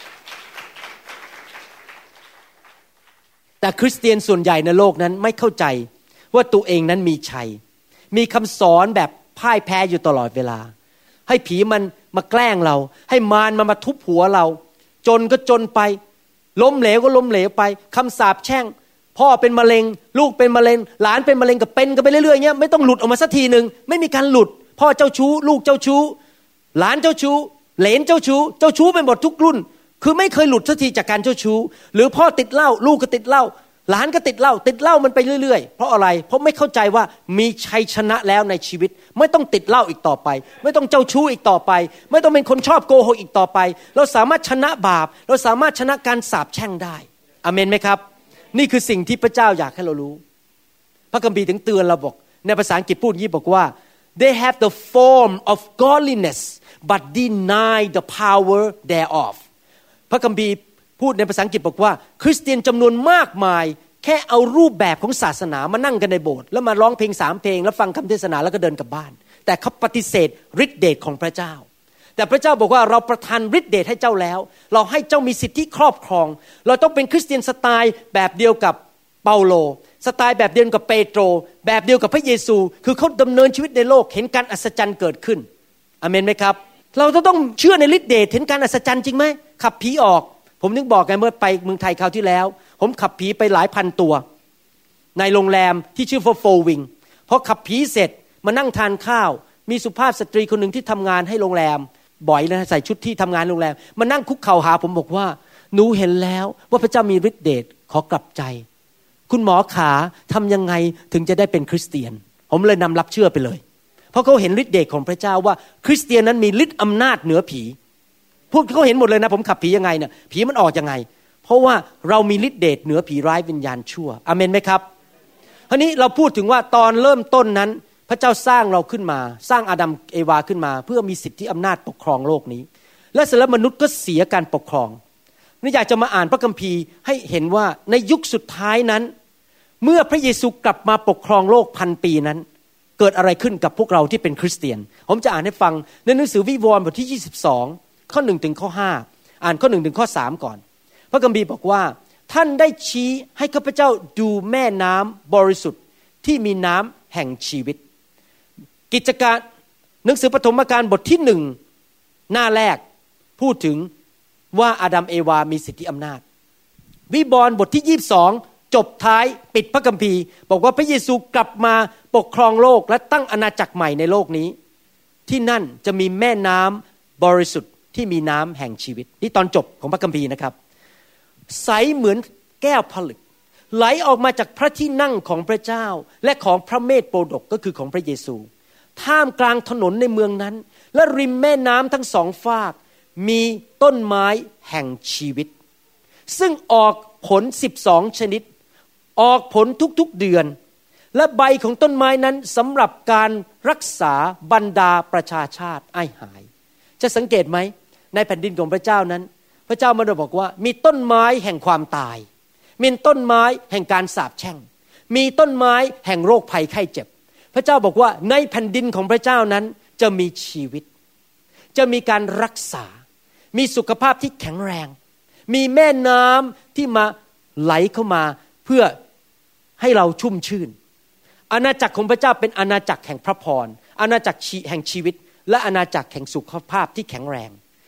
แต่คริสเตียนส่วนใหญ่ในโลกนั้นไม่เข้าใจว่าตัวเองนั้นมีชัยมีคำสอนแบบพ่ายแพ้อยู่ตลอดเวลาให้ผีมันมาแกล้งเราให้มารมันมาทุบหัวเราจนก็จนไปล้มเหลวก็ล้มเหลวไปคำสาปแช่งพ่อเป็นมะเร็งลูกเป็นมะเร็งหลานเป็นมะเร็งก็เป็นกันไปเรื่อยๆอย่างเงี้ยไม่ต้องหลุดออกมาสักทีนึงไม่มีการหลุดพ่อเจ้าชู้ลูกเจ้าชู้หลานเจ้าชู้เหลนเจ้าชู้เจ้าชู้เป็นหมดทุกรุ่นคือไม่เคยหลุดสักทีจากการเจ้าชู้หรือพ่อติดเหล้าลูกก็ติดเหล้าหลานก็ติดเหล้าติดเหล้ามันไปเรื่อยๆเพราะอะไรเพราะไม่เข้าใจว่ามีชัยชนะแล้วในชีวิตไม่ต้องติดเหล้าอีกต่อไปไม่ต้องเจ้าชู้อีกต่อไปไม่ต้องเป็นคนชอบโกหกอีกต่อไปเราสามารถชนะบาปเราสามารถชนะการสาปแช่งได้อาเมนไหมครับนี่คือสิ่งที่พระเจ้าอยากให้เรารู้พระคัมภีร์ถึงเตือนเราบอกในภาษาอังกฤษพูดอย่างนี้บอกว่า they have the form of godliness but deny the power thereof พระคัมภีร์พูดในภาษาอังกฤษบอกว่าคริสเตียนจำนวนมากมายแค่เอารูปแบบของศาสนามานั่งกันในโบสถ์แล้วมาร้องเพลงสามเพลงแล้วฟังคำเทศนาแล้วก็เดินกลับบ้านแต่เขาปฏิเสธฤทธิเดชของพระเจ้าแต่พระเจ้าบอกว่าเราประทานฤทธิเดชให้เจ้าแล้วเราให้เจ้ามีสิทธิครอบครองเราต้องเป็นคริสเตียนสไตล์แบบเดียวกับเปาโลสไตล์แบบเดียวกับเปโตรแบบเดียวกับพระเยซูคือเขาดำเนินชีวิตในโลกเห็นการอัศจรรย์เกิดขึ้นอาเมนไหมครับเราต้องเชื่อในฤทธิเดชเห็นการอัศจรรย์จริงไหมขับผีออกผมนึกบอกไงเมื่อไปเมืองไทยคราวที่แล้วผมขับผีไปหลายพันตัวในโรงแรมที่ชื่อโฟร์วิงพอขับผีเสร็จมานั่งทานข้าวมีสุภาพสตรีคนหนึ่งที่ทำงานให้โรงแรมบ่อยนะใส่ชุดที่ทำงานโรงแรมมานั่งคุกเข่าหาผมบอกว่าหนูเห็นแล้วว่าพระเจ้ามีฤทธิเดชขอกลับใจคุณหมอขาทำยังไงถึงจะได้เป็นคริสเตียนผมเลยนำรับเชื่อไปเลยเพราะเขาเห็นฤทธิเดชของพระเจ้าว่าคริสเตียนนั้นมีฤทธิ์อำนาจเหนือผีพวกเขาเห็นหมดเลยนะผมขับผียังไงเนี่ยผีมันออกยังไงเพราะว่าเรามีฤทธิเดชเหนือผีร้ายวิญญาณชั่วอาเมนไหมครับคราวนี้เราพูดถึงว่าตอนเริ่มต้นนั้นพระเจ้าสร้างเราขึ้นมาสร้างอาดัมเอวาขึ้นมาเพื่อมีสิทธิอำนาจปกครองโลกนี้และเสร็จแล้วมนุษย์ก็เสียการปกครองนี่อยากจะมาอ่านพระคัมภีร์ให้เห็นว่าในยุคสุดท้ายนั้นเมื่อพระเยซูกลับมาปกครองโลกพันปีนั้นเกิดอะไรขึ้นกับพวกเราที่เป็นคริสเตียนผมจะอ่านให้ฟังในหนังสือวิวรณ์บทที่ยี่สิบสองข้อหนึ่งถึงข้อห้าอ่านข้อหนึ่งถึงข้อสามก่อนพระคัมภีร์บอกว่าท่านได้ชี้ให้ข้าพเจ้าดูแม่น้ำบริสุทธิ์ที่มีน้ำแห่งชีวิตกิจการหนังสือปฐมกาลบทที่หนึ่งหน้าแรกพูดถึงว่าอาดัมเอวามีสิทธิอำนาจวิวรณ์บทที่ยี่สิบสองจบท้ายปิดพระคัมภีร์บอกว่าพระเยซูกลับมาปกครองโลกและตั้งอาณาจักรใหม่ในโลกนี้ที่นั่นจะมีแม่น้ำบริสุทธิ์ที่มีน้ำแห่งชีวิตนี่ตอนจบของพระคัมภีร์นะครับใสเหมือนแก้วผลึกไหลออกมาจากพระที่นั่งของพระเจ้าและของพระเมธโปรดกก็คือของพระเยซูท่ามกลางถนนในเมืองนั้นและริมแม่น้ำทั้งสองฝากมีต้นไม้แห่งชีวิตซึ่งออกผลสิบสองชนิดออกผลทุกๆเดือนและใบของต้นไม้นั้นสำหรับการรักษาบรรดาประชาชาติอ้ายหายจะสังเกตไหมในแผ่นดินของพระเจ้านั้นพระเจ้ามาบอกว่ามีต้นไม้แห่งความตายมีต้นไม้แห่งการสาปแช่งมีต้นไม้แห่งโรคภัยไข้เจ็บพระเจ้าบอกว่าในแผ่นดินของพระเจ้านั้นจะมีชีวิตจะมีการรักษามีสุขภาพที่แข็งแรงมีแม่น้ำที่มาไหลเข้ามาเพื่อให้เราชุ่มชื่นอาณาจักรของพระเจ้าเป็นอาณาจักรแห่งพระพรอาณาจักรแห่งชีวิตและอาณาจักรแห่งสุขภาพที่แข็งแรง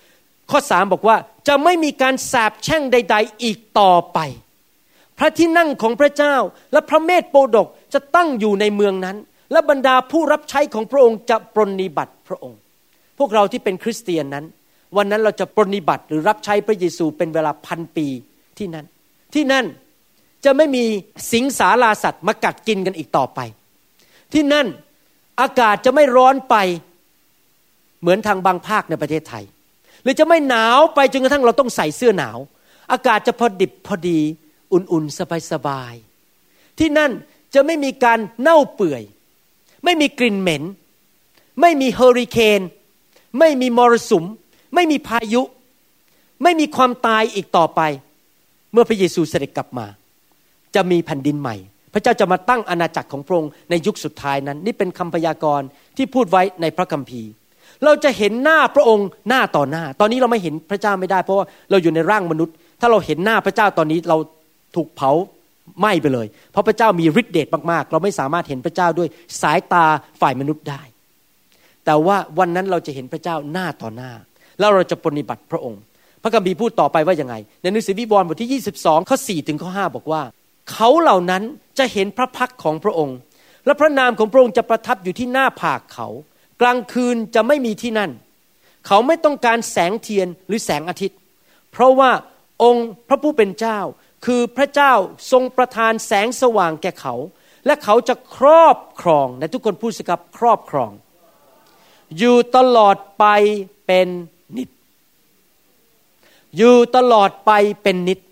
ข้อสามบอกว่าจะไม่มีการสาปแช่งใดๆอีกต่อไปพระที่นั่งของพระเจ้าและพระเมธโปดกจะตั้งอยู่ในเมืองนั้นและบรรดาผู้รับใช้ของพระองค์จะปรนนิบัติพระองค์พวกเราที่เป็นคริสเตียนนั้นวันนั้นเราจะปรนนิบัติหรือรับใช้พระเยซูเป็นเวลาพันปีที่นั่นที่นั่นจะไม่มีสิงสาราสัตว์มากัดกินกันอีกต่อไปที่นั่นอากาศจะไม่ร้อนไปเหมือนทางบางภาคในประเทศไทยหรือจะไม่หนาวไปจนกระทั่งเราต้องใส่เสื้อหนาวอากาศจะพอดิบพอดีอุ่นๆสบายๆที่นั่นจะไม่มีการเน่าเปื่อยไม่มีกลิ่นเหม็นไม่มีเฮอริเคนไม่มีมรสุมไม่มีพายุไม่มีความตายอีกต่อไปเมื่อพระเยซูเสด็จกลับมาจะมีแผ่นดินใหม่พระเจ้าจะมาตั้งอาณาจักรของพระองค์ในยุคสุดท้ายนั้นนี่เป็นคำพยากรณ์ที่พูดไว้ในพระคัมภีร์เราจะเห็นหน้าพระองค์หน้าต่อหน้าตอนนี้เราไม่เห็นพระเจ้าไม่ได้เพราะว่าเราอยู่ในร่างมนุษย์ถ้าเราเห็นหน้าพระเจ้าตอนนี้เราถูกเผาไหม้ไปเลยเพราะพระเจ้ามีฤทธิ์เดชมากๆเราไม่สามารถเห็นพระเจ้าด้วยสายตาฝ่ายมนุษย์ได้แต่ว่าวันนั้นเราจะเห็นพระเจ้าหน้าต่อหน้าแล้วเราจะปรนนิบัติพระองค์พระคัมภีร์พูดต่อไปว่ายังไงในหนังสือวิวรณ์บทที่ยี่สิบสองข้อสี่ถึงข้อห้าบอกว่าเขาเหล่านั้นจะเห็นพระพักของพระองค์และพระนามของพระองค์จะประทับอยู่ที่หน้าผากเขากลางคืนจะไม่มีที่นั่นเขาไม่ต้องการแสงเทียนหรือแสงอาทิตย์เพราะว่าองค์พระผู้เป็นเจ้าคือพระเจ้าทรงประทานแสงสว่างแก่เขาและเขาจะครอบครองและทุกคนพูดสิครับครอบครองอยู่ตลอดไปเป็นนิจอยู่ตลอดไปเป็นนิจ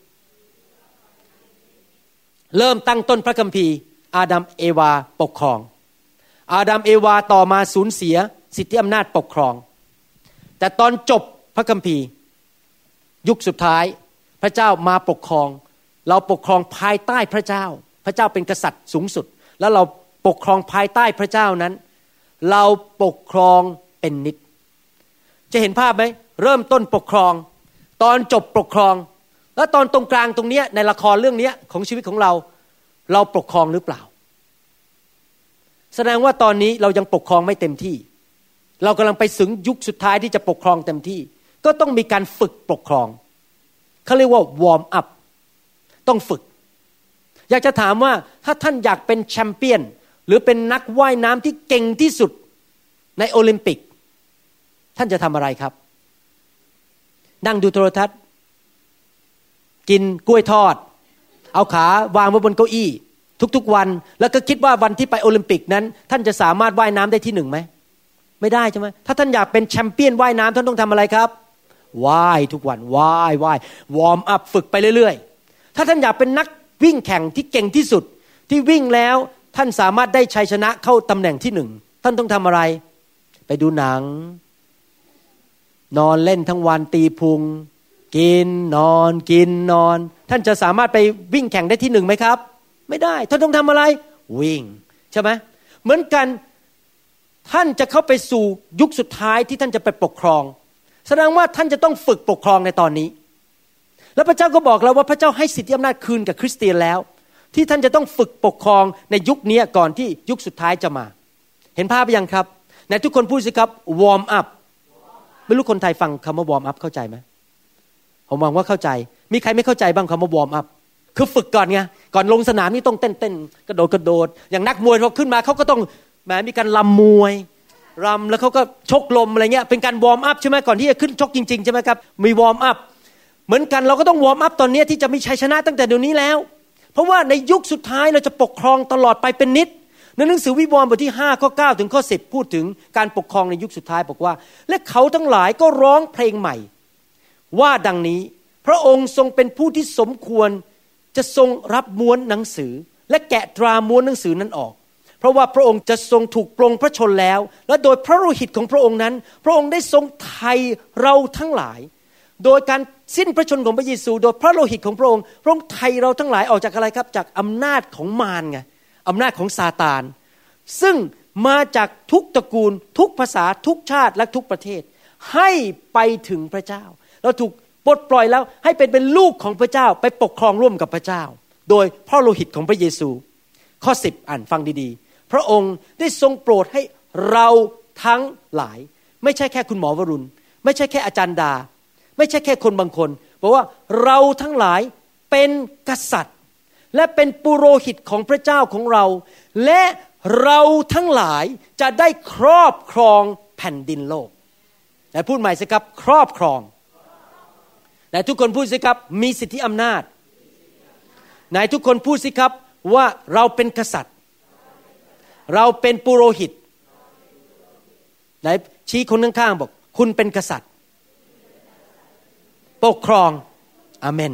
เริ่มตั้งต้นพระคัมภีร์อาดัมเอวาปกครองอาดัมเอวาต่อมาสูญเสียสิทธิอำนาจปกครองแต่ตอนจบพระคัมภีร์ยุคสุดท้ายพระเจ้ามาปกครองเราปกครองภายใต้พระเจ้าพระเจ้าเป็นกษัตริย์สูงสุดแล้วเราปกครองภายใต้พระเจ้านั้นเราปกครองเป็นนิจจะเห็นภาพไหมเริ่มต้นปกครองตอนจบปกครองแล้วตอนตรงกลางตรงนี้ในละครเรื่องนี้ของชีวิตของเราเราปกครองหรือเปล่าแสดงว่าตอนนี้เรายังปกครองไม่เต็มที่เรากำลังไปถึงยุคสุดท้ายที่จะปกครองเต็มที่ก็ต้องมีการฝึกปกครองเขาเรียกว่าวอร์มอัพต้องฝึกอยากจะถามว่าถ้าท่านอยากเป็นแชมเปี้ยนหรือเป็นนักว่ายน้ำที่เก่งที่สุดในโอลิมปิกท่านจะทำอะไรครับนั่งดูโทรทัศน์กินกล้วยทอดเอาขาวางไว้บนเก้าอี้ทุกๆวันแล้วก็คิดว่าวันที่ไปโอลิมปิกนั้นท่านจะสามารถว่ายน้ำได้ที่หนึ่งไหมไม่ได้ใช่ไหมถ้าท่านอยากเป็นแชมเปี้ยนว่ายน้ำท่านต้องทำอะไรครับว่ายทุกวันว่ายว่ายวอร์มอัพฝึกไปเรื่อยๆถ้าท่านอยากเป็นนักวิ่งแข่งที่เก่งที่สุดที่วิ่งแล้วท่านสามารถได้ชัยชนะเข้าตำแหน่งที่หนึ่งท่านต้องทำอะไรไปดูหนังนอนเล่นทั้งวันตีพุงกินนอนกินนอนท่านจะสามารถไปวิ่งแข่งได้ที่หนึ่งไหมครับไม่ได้ท่านต้องทำอะไรวิ่งใช่ไหมเหมือนกันท่านจะเข้าไปสู่ยุคสุดท้ายที่ท่านจะไปปกครองแสดงว่าท่านจะต้องฝึกปกครองในตอนนี้แล้วพระเจ้าก็บอกแล้วว่าพระเจ้าให้สิทธิอำนาจคืนกับคริสเตียนแล้วที่ท่านจะต้องฝึกปกครองในยุคนี้ก่อนที่ยุคสุดท้ายจะมาเห็นภาพหรือยังครับไหนทุกคนพูดสิครับวอร์มอัพไม่รู้คนไทยฟังคำว่าวอร์มอัพเข้าใจไหมผมหวังว่าเข้าใจมีใครไม่เข้าใจบ้างคำว่าวอร์มอัพคือฝึกก่อนไงก่อนลงสนามนี่ต้องเต้นเต้นกระโดดกระโดดอย่างนักมวยพอขึ้นมาเขาก็ต้องแหมมีการรำมวยรำแล้วเขาก็ชกลมอะไรเงี้ยเป็นการวอร์มอัพใช่ไหมก่อนที่จะขึ้นชกจริงๆใช่ไหมครับมีวอร์มอัพเหมือนกันเราก็ต้องวอร์มอัพตอนนี้ที่จะมีชัยชนะตั้งแต่เดี๋ยวนี้แล้วเพราะว่าในยุคสุดท้ายเราจะปกครองตลอดไปเป็นนิจในหนังสือวิวรณ์บทที่ห้าข้อเก้าถึงข้อสิบพูดถึงการปกครองในยุคสุดท้ายบอกว่าและเขาทั้งหลายก็ร้องเพลงใหม่ว่าดังนี้พระองค์ทรงเป็นผู้ที่สมควรจะทรงรับม้วนหนังสือและแกะตราม้วนหนังสือนั้นออกเพราะว่าพระองค์จะทรงถูกปรงพระชนแล้วและโดยพระโลหิตของพระองค์นั้นพระองค์ได้ทรงไถ่เราทั้งหลายโดยการสิ้นพระชนของพระเยซูโดยพระโลหิตของพระองค์พระองค์ไถ่เราทั้งหลายออกจากอะไรครับจากอำนาจของมารไงอำนาจของซาตานซึ่งมาจากทุกตระกูลทุกภาษาทุกชาติและทุกประเทศให้ไปถึงพระเจ้าเราถูกปลดปล่อยแล้วให้เป็นเป็นลูกของพระเจ้าไปปกครองร่วมกับพระเจ้าโดยพระโลหิตของพระเยซูข้อสิบอ่านฟังดีๆพระองค์ได้ทรงโปรดให้เราทั้งหลายไม่ใช่แค่คุณหมอวรุณไม่ใช่แค่อาจารย์ดาไม่ใช่แค่คนบางคนบอกว่าเราทั้งหลายเป็นกษัตริย์และเป็นปุโรหิตของพระเจ้าของเราและเราทั้งหลายจะได้ครอบครองแผ่นดินโลกไหนพูดใหม่สิครับครอบครองไหนทุกคนพูดสิครับมีสิทธิอำนาจไหนทุกคนพูดสิครับว่าเราเป็นกษัตริย์เราเป็นปุโรหิตไหนชี้คนข้างๆบอกคุณเป็นกษัตริย์ปกครองอาเมน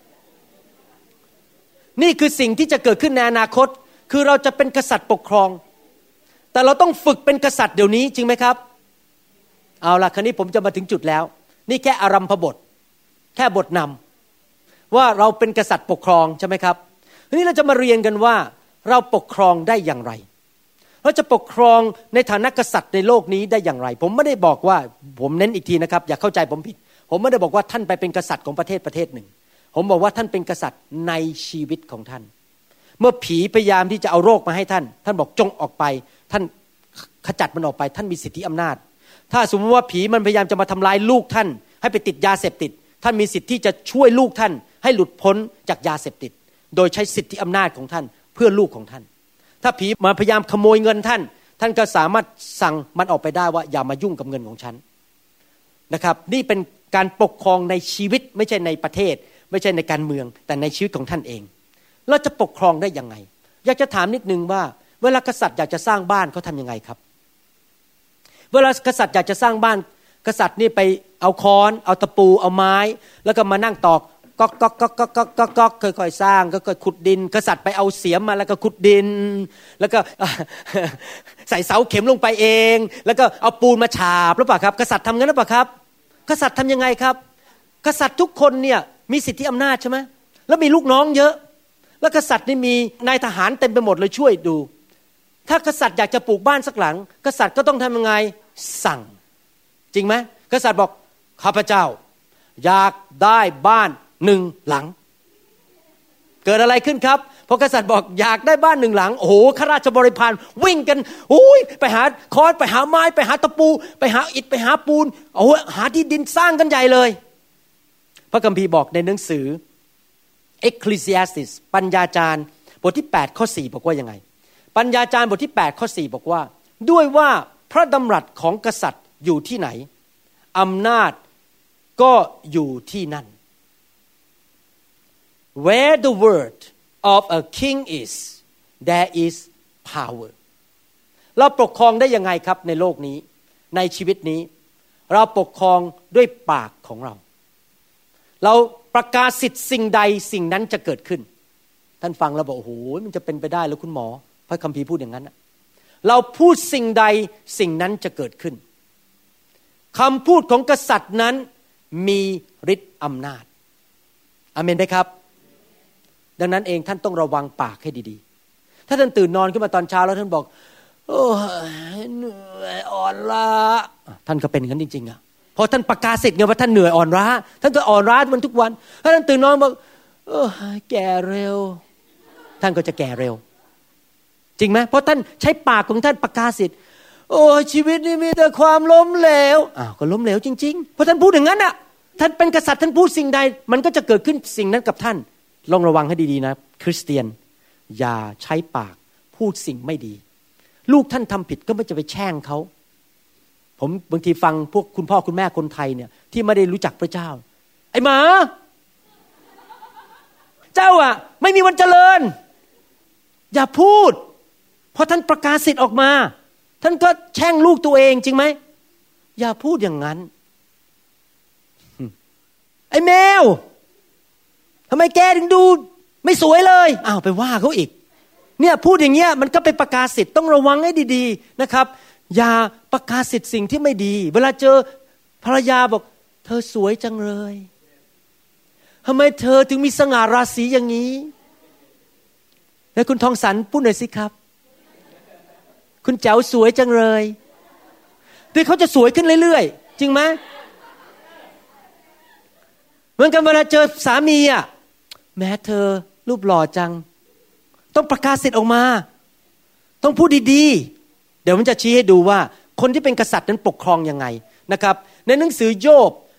นี่คือสิ่งที่จะเกิดขึ้นในอนาคตคือเราจะเป็นกษัตริย์ปกครองแต่เราต้องฝึกเป็นกษัตริย์เดี๋ยวนี้จริงไหมครับเอาล่ะคราวนี้ผมจะมาถึงจุดแล้วนี่แค่อารัมภบทแค่บทนำว่าเราเป็นกษัตริย์ปกครองใช่ไหมครับทีนี้เราจะมาเรียนกันว่าเราปกครองได้อย่างไรเราจะปกครองในฐานะกษัตริย์ในโลกนี้ได้อย่างไรผมไม่ได้บอกว่าผมเน้นอีกทีนะครับอย่าเข้าใจผมผิดผมไม่ได้บอกว่าท่านไปเป็นกษัตริย์ของประเทศประเทศหนึ่งผมบอกว่าท่านเป็นกษัตริย์ในชีวิตของท่านเมื่อผีพยายามที่จะเอาโรคมาให้ท่านท่านบอกจงออกไปท่านขจัดมันออกไปท่านมีสิทธิอำนาจถ้าสมมติว่าผีมันพยายามจะมาทำลายลูกท่านให้ไปติดยาเสพติดท่านมีสิทธิ์ที่จะช่วยลูกท่านให้หลุดพ้นจากยาเสพติดโดยใช้สิทธิอำนาจของท่านเพื่อลูกของท่านถ้าผีมาพยายามขโมยเงินท่านท่านก็สามารถสั่งมันออกไปได้ว่าอย่ามายุ่งกับเงินของฉันนะครับนี่เป็นการปกครองในชีวิตไม่ใช่ในประเทศไม่ใช่ในการเมืองแต่ในชีวิตของท่านเองเราจะปกครองได้ยังไงอยากจะถามนิดนึงว่าเวลากษัตริย์อยากจะสร้างบ้านเขาทำยังไงครับเวลากษัตริย์อยากจะสร้างบ้านกษัตริย์นี่ไปเอาค้อนเอาตะปูเอาไม้แล้วก็มานั่งตอกก๊อกก๊อกก๊อกก๊อกก๊อกก๊อกก๊อกค่อยๆสร้างก็ค่อยขุดดินกษัตริย์ไปเอาเสียมมาแล้วก็ขุดดินแล้วก็ใส่เสาเข็มลงไปเองแล้วก็เอาปูนมาฉาบหรือเปล่าครับกษัตริย์ทำงั้นหรือเปล่าครับกษัตริย์ทำยังไงครับกษัตริย์ทุกคนเนี่ยมีสิทธิอำนาจใช่ไหมแล้วมีลูกน้องเยอะแล้วกษัตริย์นี่มีนายทหารเต็มไปหมดเลยช่วยดูถ้ากษัตริย์อยากจะปลูกบ้านสักหลังกษัตริย์ก็ต้องทำยังไงสั่งจริงไหมกษัตริย์บอกข้าพเจ้าอยากได้บ้านหนึ่งหลังเกิดอะไรขึ้นครับพอกษัตริย์บอกอยากได้บ้านหนึ่งหลังโอ้โหข้าราชบริพารวิ่งกันโอ้ยไปหาค้อนไปหาไม้ไปหาตะปูไปหาอิฐไปหาปูนโอ้โหหาที่ดินสร้างกันใหญ่เลยพระคัมภีร์บอกในหนังสือ Ecclesiastes ปัญญาจารย์บทที่แปดข้อสี่บอกว่ายังไงปัญญาจารย์บทที่แปดข้อสี่บอกว่าด้วยว่าพระดำรัสของกษัตริย์อยู่ที่ไหนอำนาจก็อยู่ที่นั่น Where the word of a king is there is power เราปกครองได้ยังไงครับในโลกนี้ในชีวิตนี้เราปกครองด้วยปากของเราเราประกาศสิทธิ์สิ่งใดสิ่งนั้นจะเกิดขึ้นท่านฟังแล้วบอกโอ้โหมันจะเป็นไปได้แล้วคุณหมอพระคัมภีร์พูดอย่างนั้นเราพูดสิ่งใดสิ่งนั้นจะเกิดขึ้นคำพูดของกษัตริย์นั้นมีฤทธิ์อำนาจอาเมนไหมครับดังนั้นเองท่านต้องระวังปากให้ดีๆถ้าท่านตื่นนอนขึ้นมาตอนเช้าแล้วท่านบอกโอ้ยเหนื่อยอ่อนล้าท่านก็เป็นกันจริงๆอ่ะเพราะท่านประกาศสิทธิ์ไงว่าท่านเหนื่อยอ่อนล้าท่านก็อ่อนล้ามันทุกวันถ้าท่านตื่นนอนบอกโอ้ยแก่เร็วท่านก็จะแก่เร็วจริงไหมเพราะท่านใช้ปากของท่านประกาศสิทธิ์โอ้ชีวิตนี้มีแต่ความล้มเหลวอ้าวก็ล้มเหลวจริงๆเพราะท่านพูดอย่างนั้นอ่ะท่านเป็นกษัตริย์ท่านพูดสิ่งใดมันก็จะเกิดขึ้นสิ่งนั้นกับท่านลองระวังให้ดีๆนะคริสเตียนอย่าใช้ปากพูดสิ่งไม่ดีลูกท่านทำผิดก็ไม่จะไปแช่งเขาผมบางทีฟังพวกคุณพ่อคุณแม่คนไทยเนี่ยที่ไม่ได้รู้จักพระเจ้าไอ้หมาเจ้าอ่ะไม่มีวันเจริญอย่าพูดเพราะท่านประกาศสิทธิ์ออกมาท่านก็แช่งลูกตัวเองจริงไหมอย่าพูดอย่างนั้นไอ้แมวทำไมแกถึงดูไม่สวยเลยอ้าวไปว่าเขาอีกเนี่ยพูดอย่างเงี้ยมันก็ไปประกาศสิทธิ์ต้องระวังให้ดีๆนะครับอย่าประกาศสิทธิ์สิ่งที่ไม่ดีเวลาเจอภรรยาบอกเธอสวยจังเลยทำไมเธอถึงมีสง่าราศีอย่างนี้แล้วคุณทองสรรพูดหน่อยสิครับคุณแจ๋วสวยจังเลยแต่เขาจะสวยขึ้นเรื่อยๆจริงไหมเหมือนกันเวลาเจอสามีอ่ะแม้เธอรูปหล่อจังต้องประกาศสิทธิ์ออกมาต้องพูดดีๆเดี๋ยวมันจะชี้ให้ดูว่าคนที่เป็นกษัตริย์นั้นปกครองยังไงนะครับในหนังสือโยบ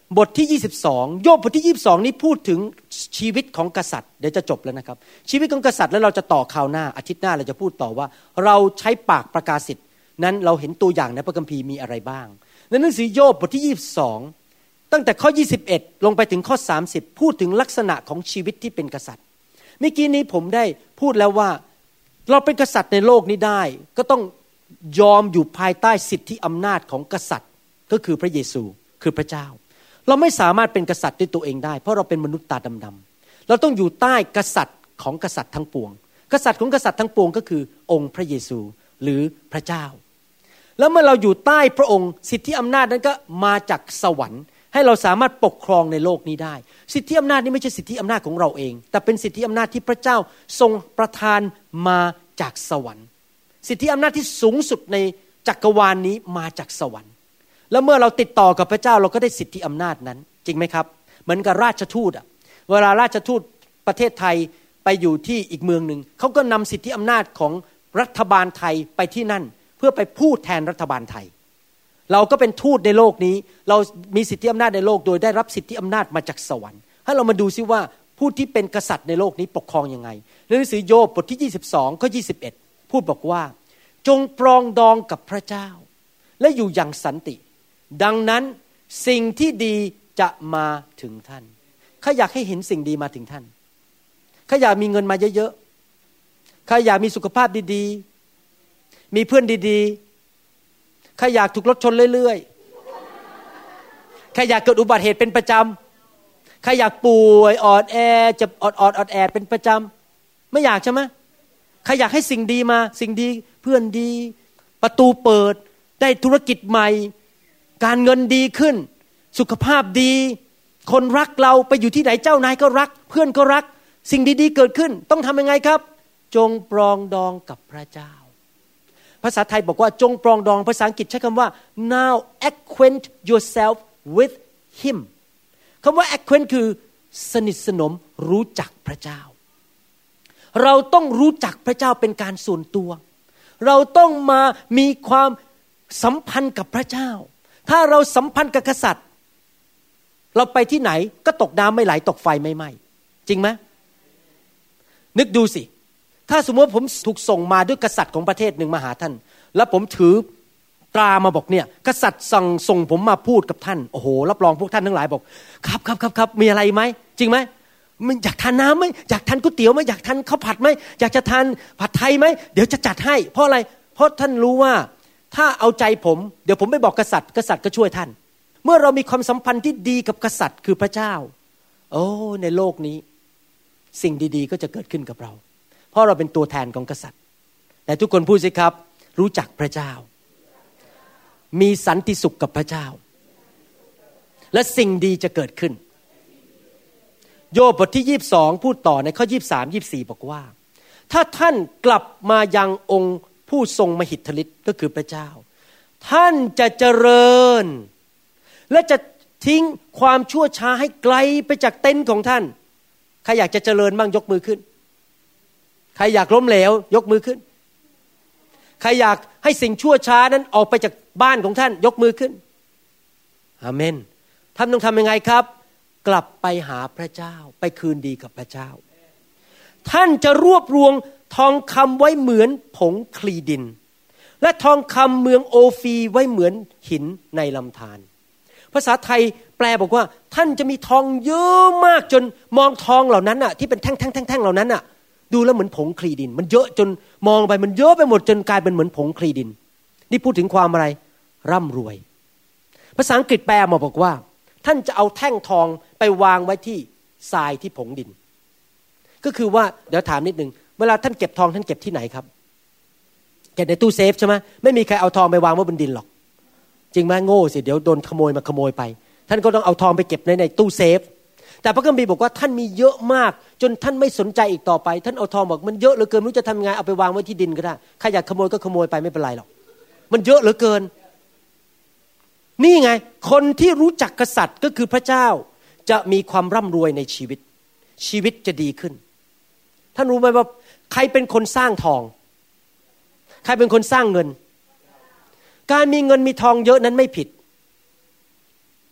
บทที่ยี่สิบสองโยบบทที่ยี่สิบสองนี้พูดถึงชีวิตของกษัตริย์เดี๋ยวจะจบแล้วนะครับชีวิตของกษัตริย์แล้วเราจะต่อคราวหน้าอาทิตย์หน้าเราจะพูดต่อว่าเราใช้ปากประกาศสิทธิ์นั้นเราเห็นตัวอย่างในพระคัมภีร์มีอะไรบ้างในหนังสือโยบบทที่ยี่สิบสองตั้งแต่ข้อยี่สิบเอ็ดลงไปถึงข้อสามสิบพูดถึงลักษณะของชีวิตที่เป็นกษัตริย์เมื่อกี้นี้ผมได้พูดแล้วว่าเราเป็นกษัตริย์ในโลกนี้ได้ก็ต้องยอมอยู่ภายใต้สิทธิอำนาจของกษัตริย์ก็คือพระเยซูคือพระเจ้าเราไม่สามารถเป็นกษัตริย์ด้วยตัวเองได้เพราะเราเป็นมนุษย์ตาดำๆเราต้องอยู่ใต้กษัตริย์ของกษัตริย์ทั้งปวงกษัตริย์ของกษัตริย์ทั้งปวงก็คือองค์พระเยซูหรือพระเจ้าแล้วเมื่อเราอยู่ใต้พระองค์สิทธิอำนาจนั้นก็มาจากสวรรค์ให้เราสามารถปกครองในโลกนี้ได้สิทธิอำนาจนี้ไม่ใช่สิทธิอำนาจของเราเองแต่เป็นสิทธิอำนาจที่พระเจ้าทรงประทานมาจากสวรรค์สิทธิอำนาจที่สูงสุดในจักรวาล น, นี้มาจากสวรรค์แล้วเมื่อเราติดต่อกับพระเจ้าเราก็ได้สิทธิอำนาจนั้นจริงไหมครับเหมือนกับราชทูตอ่ะเวลาราชทูตประเทศไทยไปอยู่ที่อีกเมืองนึงเขาก็นำสิทธิอำนาจของรัฐบาลไทยไปที่นั่นเพื่อไปพูดแทนรัฐบาลไทยเราก็เป็นทูตในโลกนี้เรามีสิทธิอำนาจในโลกโดยได้รับสิทธิอำนาจมาจากสวรรค์ให้เรามาดูซิว่าผู้ที่เป็นกษัตริย์ในโลกนี้ปกครองยังไงในหนังสือโยบบทที่ยี่สิบสองข้อยี่สิบเอ็ดพูดบอกว่าจงปรองดองกับพระเจ้าและอยู่อย่างสันติดังนั้นสิ่งที่ดีจะมาถึงท่านข้าอยากให้เห็นสิ่งดีมาถึงท่านข้าอยากมีเงินมาเยอะๆข้าอยากมีสุขภาพดีๆมีเพื่อนดีๆข้าอยากถูกรถชนเรื่อยๆข้าอยากเกิดอุบัติเหตุเป็นประจำข้าอยากป่วยอ่อนแอจะออดออดอดแอดเป็นประจำไม่อยากใช่ไหมข้าอยากให้สิ่งดีมาสิ่งดีเพื่อนดีประตูเปิดได้ธุรกิจใหม่การเงินดีขึ้นสุขภาพดีคนรักเราไปอยู่ที่ไหนเจ้านายก็รักเพื่อนก็รักสิ่งดีๆเกิดขึ้นต้องทำยังไงครับจงปรองดองกับพระเจ้าภาษาไทยบอกว่าจงปรองดองภาษาอังกฤษใช้คำว่า now acquaint yourself with him คำว่า acquaint คือสนิทสนมรู้จักพระเจ้าเราต้องรู้จักพระเจ้าเป็นการส่วนตัวเราต้องมามีความสัมพันธ์กับพระเจ้าถ้าเราสัมพันธ์กับกษัตริย์เราไปที่ไหนก็ตกน้ำไม่ไหลตกไฟไม่ไหม้จริงไหมนึกดูสิถ้าสมมติว่าผมถูกส่งมาด้วยกษัตริย์ของประเทศหนึ่งมาหาท่านแล้วผมถือตรามาบอกเนี่ยกษัตริย์สั่งส่งผมมาพูดกับท่านโอ้โหรับรองพวกท่านทั้งหลายบอกครับครับครับครับมีอะไรไหมจริงไหมอยากทานน้ำไหมอยากทานก๋วยเตี๋ยวไหมอยากทานข้าวผัดไหมอยากจะทานผัดไทยไหมเดี๋ยวจะจัดให้เพราะอะไรเพราะท่านรู้ว่าถ้าเอาใจผมเดี๋ยวผมไม่บอกกษัตริย์กษัตริย์ก็ช่วยท่านเมื่อเรามีความสัมพันธ์ที่ดีกับกษัตริย์คือพระเจ้าโอ้ในโลกนี้สิ่งดีๆก็จะเกิดขึ้นกับเราเพราะเราเป็นตัวแทนของกษัตริย์แต่ทุกคนพูดสิครับรู้จักพระเจ้ามีสันติสุขกับพระเจ้าและสิ่งดีจะเกิดขึ้นโยบบทที่ยี่สิบสองพูดต่อในข้อยี่สิบสาม ยี่สิบสี่บอกว่าถ้าท่านกลับมายังองค์ผู้ทรงมหิทธิฤทธิ์ก็คือพระเจ้าท่านจะเจริญและจะทิ้งความชั่วช้าให้ไกลไปจากเต็นท์ของท่านใครอยากจะเจริญบ้างยกมือขึ้นใครอยากล้มเหลวยกมือขึ้นใครอยากให้สิ่งชั่วช้านั้นออกไปจากบ้านของท่านยกมือขึ้นอาเมนท่านต้องทำยังไงครับกลับไปหาพระเจ้าไปคืนดีกับพระเจ้าท่านจะรวบรวมทองคำไว้เหมือนผงคลีดินและทองคำเมืองโอฟีไว้เหมือนหินในลำธารภาษาไทยแปลบอกว่าท่านจะมีทองเยอะมากจนมองทองเหล่านั้นน่ะที่เป็นแท่งๆๆๆเหล่านั้นน่ะดูแล้วเหมือนผงคลีดินมันเยอะจนมองไปมันเยอะไปหมดจนกลายเป็นเหมือนผงคลีดินนี่พูดถึงความอะไรร่ำรวยภาษาอังกฤษแปลมาบอกว่าท่านจะเอาแท่งทองไปวางไว้ที่ทรายที่ผงดินก็คือว่าเดี๋ยวถามนิดนึงเวลาท่านเก็บทองท่านเก็บที่ไหนครับเก็บในตู้เซฟใช่ไหมไม่มีใครเอาทองไปวางไว้บนดินหรอกจริงไหมโง่สิเดี๋ยวโดนขโมยมาขโมยไปท่านก็ต้องเอาทองไปเก็บในในตู้เซฟแต่พระคัมภีร์บอกว่าท่านมีเยอะมากจนท่านไม่สนใจอีกต่อไปท่านเอาทองบอกมันเยอะเหลือเกินไม่รู้จะทำไงเอาไปวางไว้ที่ดินก็ได้ใครอยากขโมยก็ขโมยไปไม่เป็นไรหรอกมันเยอะเหลือเกินนี่ไงคนที่รู้จักกษัตริย์ก็คือพระเจ้าจะมีความร่ำรวยในชีวิตชีวิตจะดีขึ้นท่านรู้ไหมว่าใครเป็นคนสร้างทองใครเป็นคนสร้างเงินการมีเงินมีทองเยอะนั้นไม่ผิด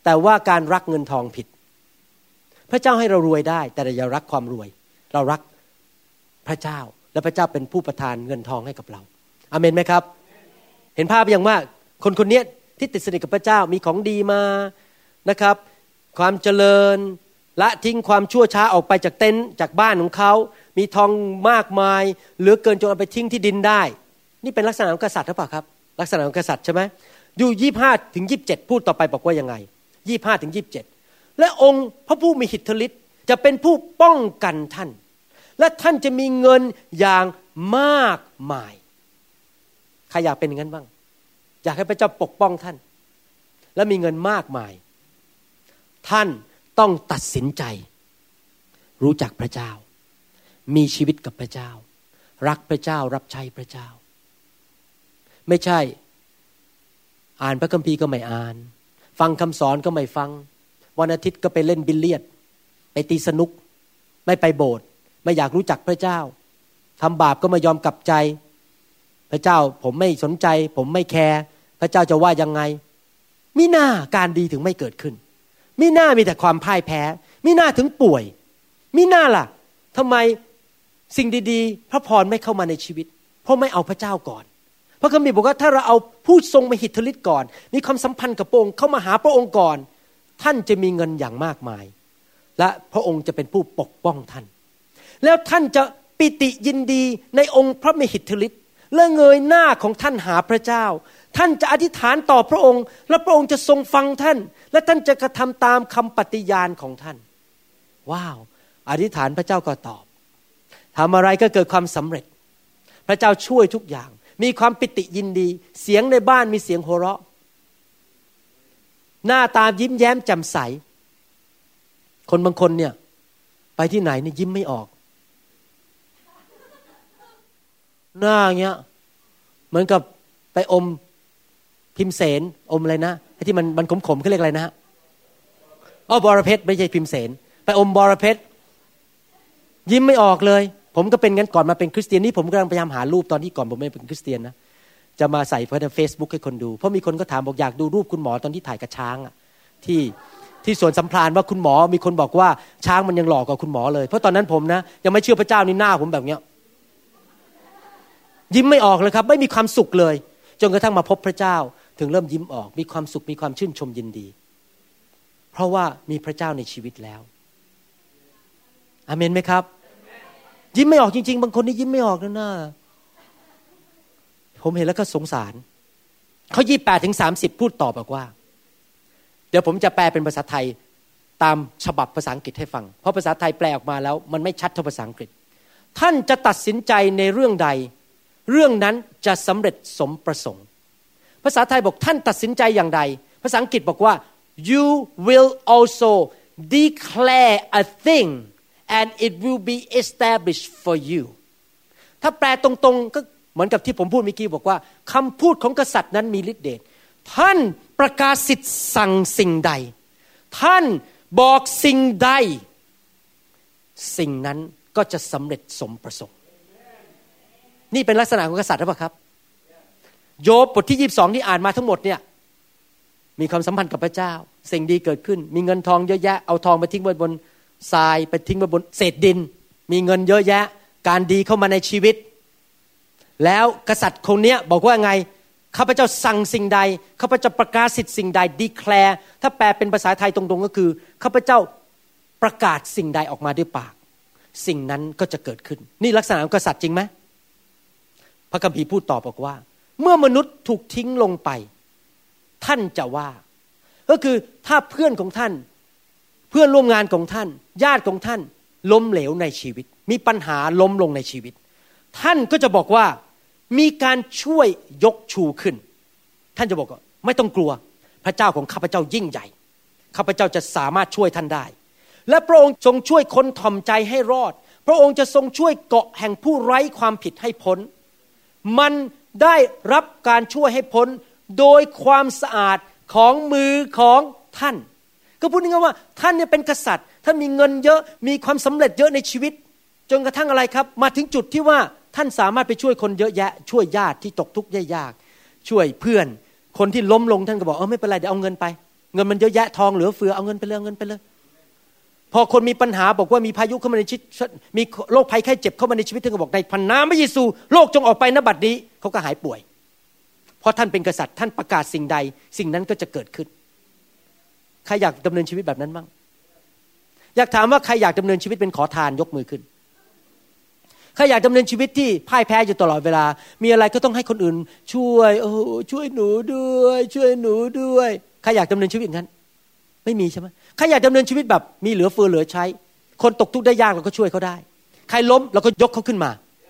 แต่ว่าการรักเงินทองผิดพระเจ้าให้เรารวยได้แต่อย่ารักความรวยเรารักพระเจ้าและพระเจ้าเป็นผู้ประทานเงินทองให้กับเราอาเมนไหมครับเห็นภาพอย่างว่าคนคนนี้ที่ติดสนิทกับพระเจ้ามีของดีมานะครับความเจริญละทิ้งความชั่วช้าออกไปจากเต็นท์จากบ้านของเขามีทองมากมายเหลือเกินจนเอาไปทิ้งที่ดินได้นี่เป็นลักษณะของกษัตริย์หรือเปล่าครับลักษณะของกษัตริย์ใช่ไหมอยู่ยี่สิบห้าถึงยี่สิบเจ็ดพูดต่อไปบอกว่ายังไงยี่สิบห้าถึงยี่สิบเจ็ดและองค์พระผู้มีอิทธิฤทธิ์จะเป็นผู้ป้องกันท่านและท่านจะมีเงินอย่างมากมายใครอยากเป็นอย่างนั้นบ้างอยากให้พระเจ้าปกป้องท่านและมีเงินมากมายท่านต้องตัดสินใจรู้จักพระเจ้ามีชีวิตกับพระเจ้ารักพระเจ้ารับใช้พระเจ้าไม่ใช่อ่านพระคัมภีร์ก็ไม่อ่านฟังคำสอนก็ไม่ฟังวันอาทิตย์ก็ไปเล่นบิลเลียดไปตีสนุกไม่ไปโบสถ์ไม่อยากรู้จักพระเจ้าทำบาปก็ไม่ยอมกลับใจพระเจ้าผมไม่สนใจผมไม่แคร์พระเจ้าจะว่ายังไงมิน่าการดีถึงไม่เกิดขึ้นมิน่ามีแต่ความพ่ายแพ้มิน่าถึงป่วยมิน่าล่ะทำไมสิ่งดีๆพระพรไม่เข้ามาในชีวิตเพราะไม่เอาพระเจ้าก่อนพระคัมภีร์บอกว่าถ้าเราเอาผู้ทรงมหิทธิฤทธิ์ก่อนมีความสัมพันธ์กับพระองค์เข้ามาหาพระองค์ก่อนท่านจะมีเงินอย่างมากมายและพระองค์จะเป็นผู้ปกป้องท่านแล้วท่านจะปิติยินดีในองค์พระมหิทธิฤทธิ์และเงยหน้าของท่านหาพระเจ้าท่านจะอธิษฐานต่อพระองค์และพระองค์จะทรงฟังท่านและท่านจะกระทำตามคำปฏิญาณของท่านว้าวอธิษฐานพระเจ้าก็ตอบทำอะไรก็เกิดความสำเร็จพระเจ้าช่วยทุกอย่างมีความปิติยินดีเสียงในบ้านมีเสียงโห่เราะหน้าตายิ้มแย้มแจ่มใสคนบางคนเนี่ยไปที่ไหนเนี่ยยิ้มไม่ออกหน้าเงี้ยเหมือนกับไปอมพิมเสนอมอะไรนะไอ้ที่มันมันขมๆเขาเรียกอะไรนะฮะอ๋อบอระเพ็ดไม่ใช่พิมเสนไปอมบอระเพ็ดยิ้มไม่ออกเลยผมก็เป็นงั้นก่อนมาเป็นคริสเตียนนี่ผมกำลังพยายามหารูปตอนที่ก่อนผมไม่เป็นคริสเตียนนะจะมาใส่ใน Facebook ให้คนดูเพราะมีคนก็ถามบอกอยากดูรูปคุณหมอตอนที่ถ่ายกับช้างอ่ะที่ที่สวนสัมพลานว่าคุณหมอมีคนบอกว่าช้างมันยังหล่อกว่าคุณหมอเลยเพราะตอนนั้นผมนะยังไม่เชื่อพระเจ้านี่หน้าผมแบบเนี้ยยิ้มไม่ออกเลยครับไม่มีความสุขเลยจนกระทั่งมาพบพระเจ้าถึงเริ่มยิ้มออกมีความสุขมีความชื่นชมยินดีเพราะว่ามีพระเจ้าในชีวิตแล้วอาเมนไหมครับยิ้มไม่ออกจริงๆบางคนนี่ยิ้มไม่ออกนะหน้าผมเห็นแล้วก็สงสารข้อยี่สิบแปดถึงสามสิบพูดต่อบอกว่าเดี๋ยวผมจะแปลเป็นภาษาไทยตามฉบับภาษาอังกฤษให้ฟังเพราะภาษาไทยแปลออกมาแล้วมันไม่ชัดเท่าภาษาอังกฤษท่านจะตัดสินใจในเรื่องใดเรื่องนั้นจะสำเร็จสมประสงค์ภาษาไทยบอกท่านตัดสินใจอย่างใดภาษาอังกฤษบอกว่า you will also declare a thing and it will be established for you ถ้าแปลตรงๆก็เหมือนกับที่ผมพูดเมื่อกี้บอกว่าคำพูดของกษัตริย์นั้นมีฤทธิ์เดชท่านประกาศสิทธิ์สั่งสิ่งใดท่านบอกสิ่งใดสิ่งนั้นก็จะสำเร็จสมประสงค์นี่เป็นลักษณะของกษัตริย์หรือเปล่าครับโยบบทที่ยี่สิบสองที่อ่านมาทั้งหมดเนี่ยมีความสัมพันธ์กับพระเจ้าสิ่งดีเกิดขึ้นมีเงินทองเยอะแยะเอาทองไปทิ้งไว้บนทรายไปทิ้งไว้บนเศษดินมีเงินเยอะแยะการดีเข้ามาในชีวิตแล้วกษัตริย์คนนี้บอกว่าไงข้าพเจ้าสั่งสิ่งใดข้าพเจ้าประกาศสิทธิ์สิ่งใด declare ถ้าแปลเป็นภาษาไทยตรงๆก็คือข้าพเจ้าประกาศสิ่งใดออกมาด้วยปากสิ่งนั้นก็จะเกิดขึ้นนี่ลักษณะของกษัตริย์จริงไหมพระคัมภีร์พูดต่อบอกว่าเมื่อมนุษย์ถูกทิ้งลงไปท่านจะว่าก็คือถ้าเพื่อนของท่านเพื่อนร่วมงานของท่านญาติของท่านล้มเหลวในชีวิตมีปัญหาล้มลงในชีวิตท่านก็จะบอกว่ามีการช่วยยกชูขึ้นท่านจะบอกว่าไม่ต้องกลัวพระเจ้าของข้าพเจ้ายิ่งใหญ่ข้าพเจ้าจะสามารถช่วยท่านได้และพระองค์ทรงช่วยคนถ่อมใจให้รอดพระองค์จะทรงช่วยเกาะแห่งผู้ไร้ความผิดให้พ้นมันได้รับการช่วยให้พ้นโดยความสะอาดของมือของท่านก็พูดง่ายๆว่าท่านเนี่ยเป็นกษัตริย์ท่านมีเงินเยอะมีความสำเร็จเยอะในชีวิตจนกระทั่งอะไรครับมาถึงจุดที่ว่าท่านสามารถไปช่วยคนเยอะแยะช่วยญาติที่ตกทุกข์ยากช่วยเพื่อนคนที่ล้มลงท่านก็บอกเออไม่เป็นไรเดี๋ยวเอาเงินไปเงินมันเยอะแยะทองเหลือเฟือเอาเงินไปเลยเงินไปเลยพอคนมีปัญหาบอกว่ามีพายุเข้ามาในชีวิตมีโรคภัยไข้เจ็บเข้ามาในชีวิตท่านก็บอกในพระนามพระเยซูโรคจงออกไปณบัดนี้เขาก็หายป่วยเพราะท่านเป็นกษัตริย์ท่านประกาศสิ่งใดสิ่งนั้นก็จะเกิดขึ้นใครอยากดำเนินชีวิตแบบนั้นบ้างอยากถามว่าใครอยากดำเนินชีวิตเป็นขอทานยกมือขึ้นใครอยากดำเนินชีวิตที่พ่ายแพ้อยู่ตลอดเวลามีอะไรก็ต้องให้คนอื่นช่วยโอ้ช่วยหนูด้วยช่วยหนูด้วยใครอยากดำเนินชีวิตอย่างนั้นไม่มีใช่ไหมใครอยากดำเนินชีวิตแบบมีเหลือเฟือเหลือใช้คนตกทุกข์ได้ยากเราก็ช่วยเขาได้ใครล้มเราก็ยกเขาขึ้นมา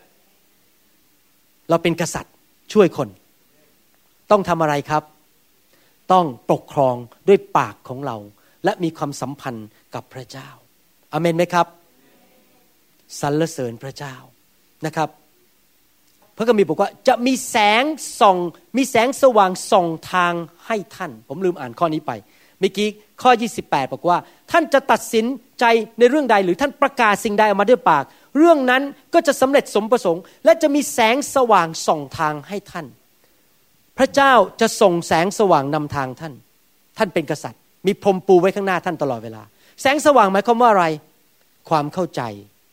เราเป็นกษัตริย์ช่วยคนต้องทำอะไรครับต้องปกครองด้วยปากของเราและมีความสัมพันธ์กับพระเจ้าอาเมนไหมครับสรรเสริญพระเจ้านะครับพระคัมภีร์บอกว่าจะมีแสงส่องมีแสงสว่างส่องทางให้ท่านผมลืมอ่านข้อนี้ไปเมื่อกี้ข้อยี่สิบแปดบอกว่าท่านจะตัดสินใจในเรื่องใดหรือท่านประกาศสิ่งใดออกมาด้วยปากเรื่องนั้นก็จะสำเร็จสมประสงค์และจะมีแสงสว่างส่องทางให้ท่านพระเจ้าจะส่งแสงสว่างนำทางท่านท่านเป็นกษัตริย์มีพรมปูไว้ข้างหน้าท่านตลอดเวลาแสงสว่างหมายความว่าอะไรความเข้าใจ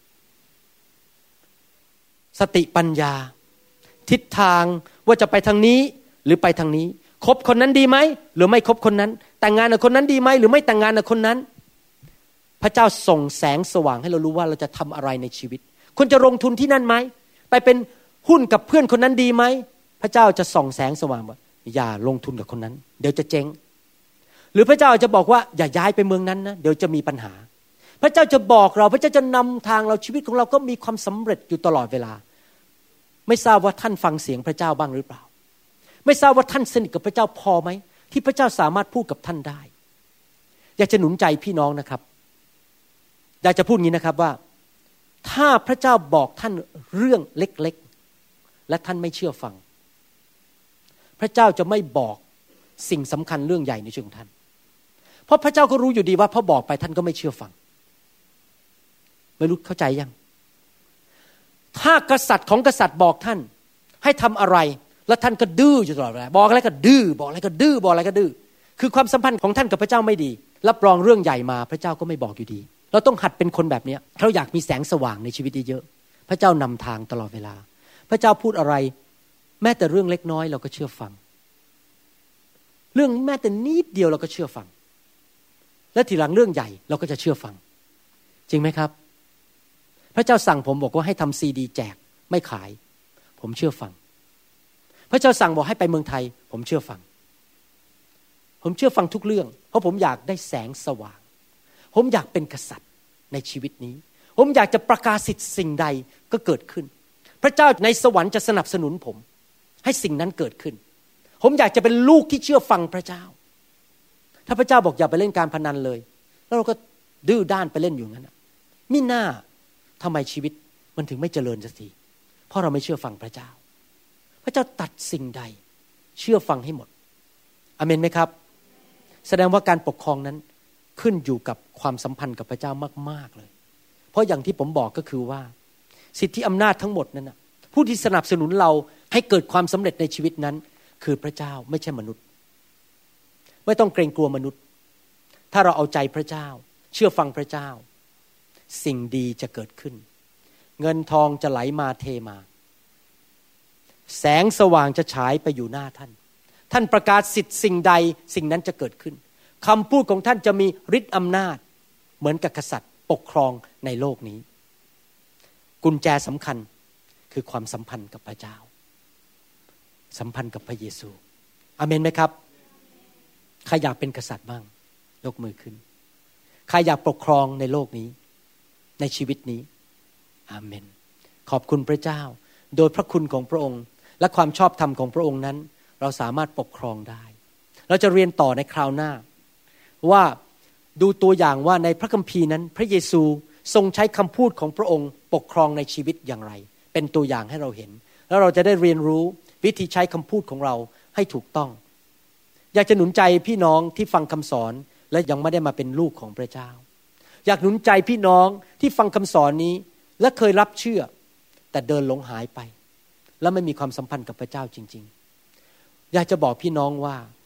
สติปัญญาทิศทางว่าจะไปทางนี้หรือไปทางนี้คบคนนั้นดีไหมหรือไม่คบคนนั้นแต่งงานกับคนนั้นดีไหมหรือไม่แต่งงานกับคนนั้นพระเจ้าส่งแสงสว่างให้เรารู้ว่าเราจะทำอะไรในชีวิตคุณจะลงทุนที่นั่นไหมไปเป็นหุ้นกับเพื่อนคนนั้นดีไหมพระเจ้าจะส่องแสงสว่างว่าอย่าลงทุนกับคนนั้นเดี๋ยวจะเจ๊งหรือพระเจ้าจะบอกว่าอย่าย้ายไปเมืองนั้นนะเดี๋ยวจะมีปัญหาพระเจ้าจะบอกเราพระเจ้าจะนำทางเราชีวิตของเราก็มีความสำเร็จอยู่ตลอดเวลาไม่ทราบว่าท่านฟังเสียงพระเจ้าบ้างหรือเปล่าไม่ทราบว่าท่านสนิทกับพระเจ้าพอไหมที่พระเจ้าสามารถพูดกับท่านได้อยากจะหนุนใจพี่น้องนะครับอยากจะพูดงี้นะครับว่าถ้าพระเจ้าบอกท่านเรื่องเล็กๆและท่านไม่เชื่อฟังพระเจ้าจะไม่บอกสิ่งสำคัญเรื่องใหญ่ในชีวิตของท่านเพราะพระเจ้าก็รู้อยู่ดีว่าพอบอกไปท่านก็ไม่เชื่อฟังไม่รู้เข้าใจยังถ้ากษัตริย์ของกษัตริย์บอกท่านให้ทำอะไรแล้วท่านก็ดื้ออยู่ตลอดเวลาบอกอะไรก็ดื้อบอกอะไรก็ดื้อบอกอะไรก็ดื้อคือความสัมพันธ์ของท่านกับพระเจ้าไม่ดีรับรองเรื่องใหญ่มาพระเจ้าก็ไม่บอกอยู่ดีเราต้องหัดเป็นคนแบบนี้เราอยากมีแสงสว่างในชีวิตเยอะๆพระเจ้านำทางตลอดเวลาพระเจ้าพูดอะไรแม้แต่เรื่องเล็กน้อยเราก็เชื่อฟังเรื่องแม้แต่นิดเดียวเราก็เชื่อฟังและทีหลังเรื่องใหญ่เราก็จะเชื่อฟังจริงไหมครับพระเจ้าสั่งผมบอกว่าให้ทำซีดีแจกไม่ขายผมเชื่อฟังพระเจ้าสั่งบอกให้ไปเมืองไทยผมเชื่อฟังผมเชื่อฟังทุกเรื่องเพราะผมอยากได้แสงสว่างผมอยากเป็นกษัตริย์ในชีวิตนี้ผมอยากจะประกาศสิทธิ์สิ่งใดก็เกิดขึ้นพระเจ้าในสวรรค์จะสนับสนุนผมให้สิ่งนั้นเกิดขึ้นผมอยากจะเป็นลูกที่เชื่อฟังพระเจ้าถ้าพระเจ้าบอกอย่าไปเล่นการพนันเลยแล้วเราก็ดื้อด้านไปเล่นอยู่งั้นมิน่าทำไมชีวิตมันถึงไม่เจริญสักทีเพราะเราไม่เชื่อฟังพระเจ้าพระเจ้าตัดสิ่งใดเชื่อฟังให้หมดอาเมนไหมครับแสดงว่าการปกครองนั้นขึ้นอยู่กับความสัมพันธ์กับพระเจ้ามากๆเลยเพราะอย่างที่ผมบอกก็คือว่าสิทธิอำนาจทั้งหมดนั้นนะผู้ที่สนับสนุนเราให้เกิดความสำเร็จในชีวิตนั้นคือพระเจ้าไม่ใช่มนุษย์ไม่ต้องเกรงกลัวมนุษย์ถ้าเราเอาใจพระเจ้าเชื่อฟังพระเจ้าสิ่งดีจะเกิดขึ้นเงินทองจะไหลมาเทมาแสงสว่างจะฉายไปอยู่หน้าท่านท่านประกาศสิทธิ์สิ่งใดสิ่งนั้นจะเกิดขึ้นคำพูดของท่านจะมีฤทธิ์อำนาจเหมือนกับกษัตริย์ปกครองในโลกนี้กุญแจสำคัญคือความสัมพันธ์กับพระเจ้าสัมพันธ์กับพระเยซูอาเมนไหมครับใครอยากเป็นกษัตริย์บ้างยกมือขึ้นใครอยากปกครองในโลกนี้ในชีวิตนี้อาเมนขอบคุณพระเจ้าโดยพระคุณของพระองค์และความชอบธรรมของพระองค์นั้นเราสามารถปกครองได้เราจะเรียนต่อในคราวหน้าว่าดูตัวอย่างว่าในพระคัมภีร์นั้นพระเยซูทรงใช้คำพูดของพระองค์ปกครองในชีวิตอย่างไรเป็นตัวอย่างให้เราเห็นแล้วเราจะได้เรียนรู้วิธีใช้คำพูดของเราให้ถูกต้องอยากจะหนุนใจพี่น้องที่ฟังคำสอนและยังไม่ได้มาเป็นลูกของพระเจ้าอยากหนุนใจพี่น้องที่ฟังคำสอนนี้และเคยรับเชื่อแต่เดินหลงหายไปและไม่มีความสัมพันธ์กับพระเจ้าจริงๆอยากจะบอกพี่น้องว่า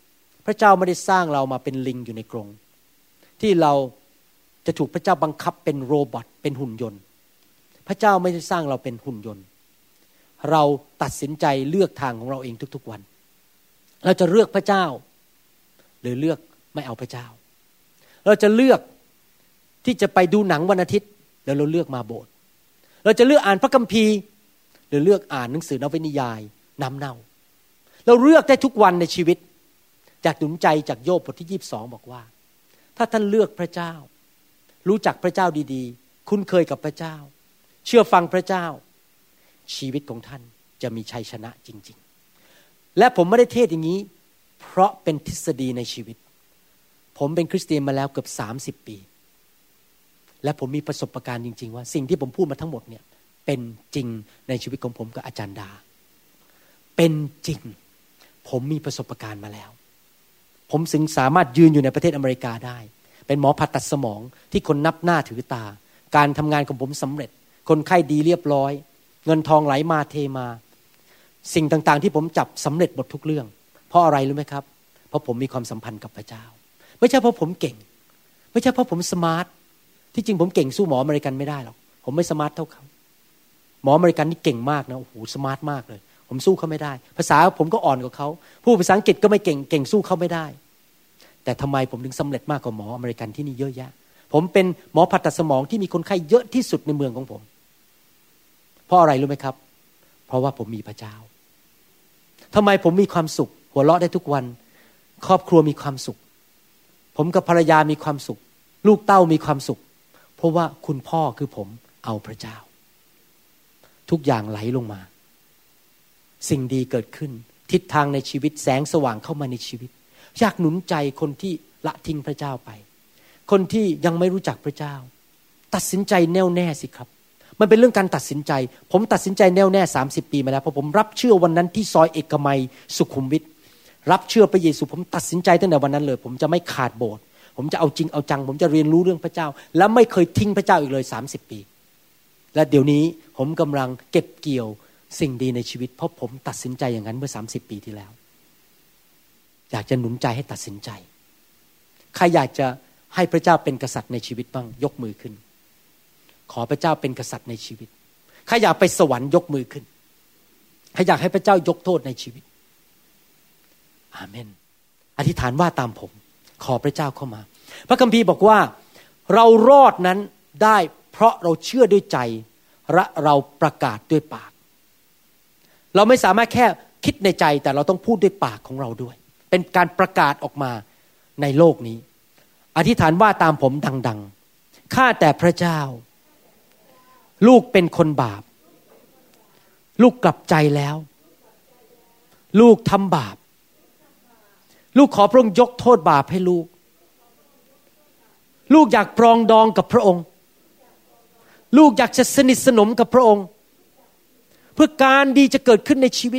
พระเจ้าไม่ได้สร้างเรามาเป็นลิงอยู่ในกรงที่เราจะถูกพระเจ้าบังคับเป็นโรบอทเป็นหุ่นยนต์พระเจ้าไม่ได้สร้างเราเป็นหุ่นยนต์เราตัดสินใจเลือกทางของเราเองทุกๆวันเราจะเลือกพระเจ้าหรือเลือกไม่เอาพระเจ้าเราจะเลือกที่จะไปดูหนังวันอาทิตย์แล้วเราเลือกมาโบสถ์เราจะเลือกอ่านพระคัมภีร์หรือเลือกอ่านหนังสือนวนิยายน้ำเน่าเราเลือกได้ทุกวันในชีวิตจากหนุนใจจากโยบบทที่ยี่สิบสองบอกว่าถ้าท่านเลือกพระเจ้ารู้จักพระเจ้าดีๆคุ้นเคยกับพระเจ้าเชื่อฟังพระเจ้าชีวิตของท่านจะมีชัยชนะจริงๆและผมไม่ได้เทศอย่างนี้เพราะเป็นทฤษฎีในชีวิตผมเป็นคริสเตียนมาแล้วเกือบสามสิบปีและผมมีประสบการณ์จริงๆว่าสิ่งที่ผมพูดมาทั้งหมดเนี่ยเป็นจริงในชีวิตของผมกับอาจารย์ดาเป็นจริงผมมีประสบการณ์มาแล้วผมถึงสามารถยืนอยู่ในประเทศอเมริกาได้เป็นหมอผ่าตัดสมองที่คนนับหน้าถือตาการทำงานของผมสำเร็จคนไข้ดีเรียบร้อยเงินทองไหลมาเทมาสิ่งต่างๆที่ผมจับสำเร็จหมดทุกเรื่องเพราะอะไรรู้ไหมครับเพราะผมมีความสัมพันธ์กับพระเจ้าไม่ใช่เพราะผมเก่งไม่ใช่เพราะผมสมาร์ทที่จริงผมเก่งสู้หมออเมริกันไม่ได้หรอกผมไม่สมาร์ทเท่าเขาหมออเมริกันนี่เก่งมากนะโอ้โหสมาร์ทมากเลยผมสู้เขาไม่ได้ภาษาผมก็อ่อนกว่าเขาพูดภาษาอังกฤษก็ไม่เก่งเก่งสู้เขาไม่ได้แต่ทำไมผมถึงสำเร็จมากกว่าหมออเมริกันที่นี่เยอะแยะผมเป็นหมอผ่าตัดสมองที่มีคนไข้เยอะที่สุดในเมืองของผมเพราะอะไรรู้ไหมครับเพราะว่าผมมีพระเจ้าทำไมผมมีความสุขหัวเราะได้ทุกวันครอบครัวมีความสุขผมกับภรรยามีความสุขลูกเต้ามีความสุขเพราะว่าคุณพ่อคือผมเอาพระเจ้าทุกอย่างไหลลงมาสิ่งดีเกิดขึ้นทิศทางในชีวิตแสงสว่างเข้ามาในชีวิตอยากหนุนใจคนที่ละทิ้งพระเจ้าไปคนที่ยังไม่รู้จักพระเจ้าตัดสินใจแน่วแน่สิครับมันเป็นเรื่องการตัดสินใจผมตัดสินใจแน่วแน่สามสิบปีมาแล้วเพราะผมรับเชื่อวันนั้นที่ซอยเอกมัยสุขุมวิทรับเชื่อพระเยซูผมตัดสินใจตั้งแต่วันนั้นเลยผมจะไม่ขาดโบสถ์ผมจะเอาจริงเอาจังผมจะเรียนรู้เรื่องพระเจ้าและไม่เคยทิ้งพระเจ้าอีกเลยสามสิบปีและเดี๋ยวนี้ผมกำลังเก็บเกี่ยวสิ่งดีในชีวิตเพราะผมตัดสินใจอย่างนั้นเมื่อสามสิบปีที่แล้วอยากจะหนุนใจให้ตัดสินใจใครอยากจะให้พระเจ้าเป็นกษัตริย์ในชีวิตบ้างยกมือขึ้นขอพระเจ้าเป็นกษัตริย์ในชีวิตใครอยากไปสวรรค์ยกมือขึ้นใครอยากให้พระเจ้ายกโทษในชีวิตอาเมนอธิษฐานว่าตามผมขอพระเจ้าเข้ามาพระคัมภีร์บอกว่าเรารอดนั้นได้เพราะเราเชื่อด้วยใจและเราประกาศด้วยปากเราไม่สามารถแค่คิดในใจแต่เราต้องพูดด้วยปากของเราด้วยเป็นการประกาศออกมาในโลกนี้อธิษฐานว่าตามผมดังๆข้าแต่พระเจ้าลูกเป็นคนบาปลูกกลับใจแล้วลูกทำบาปลูกขอพระองค์ยกโทษบาปให้ลูกลูกอยากปรองดองกับพระองค์ลูกอยากจะสนิทสนมกับพระองค์เพื่อการดีจะเกิดขึ้นในชีวิต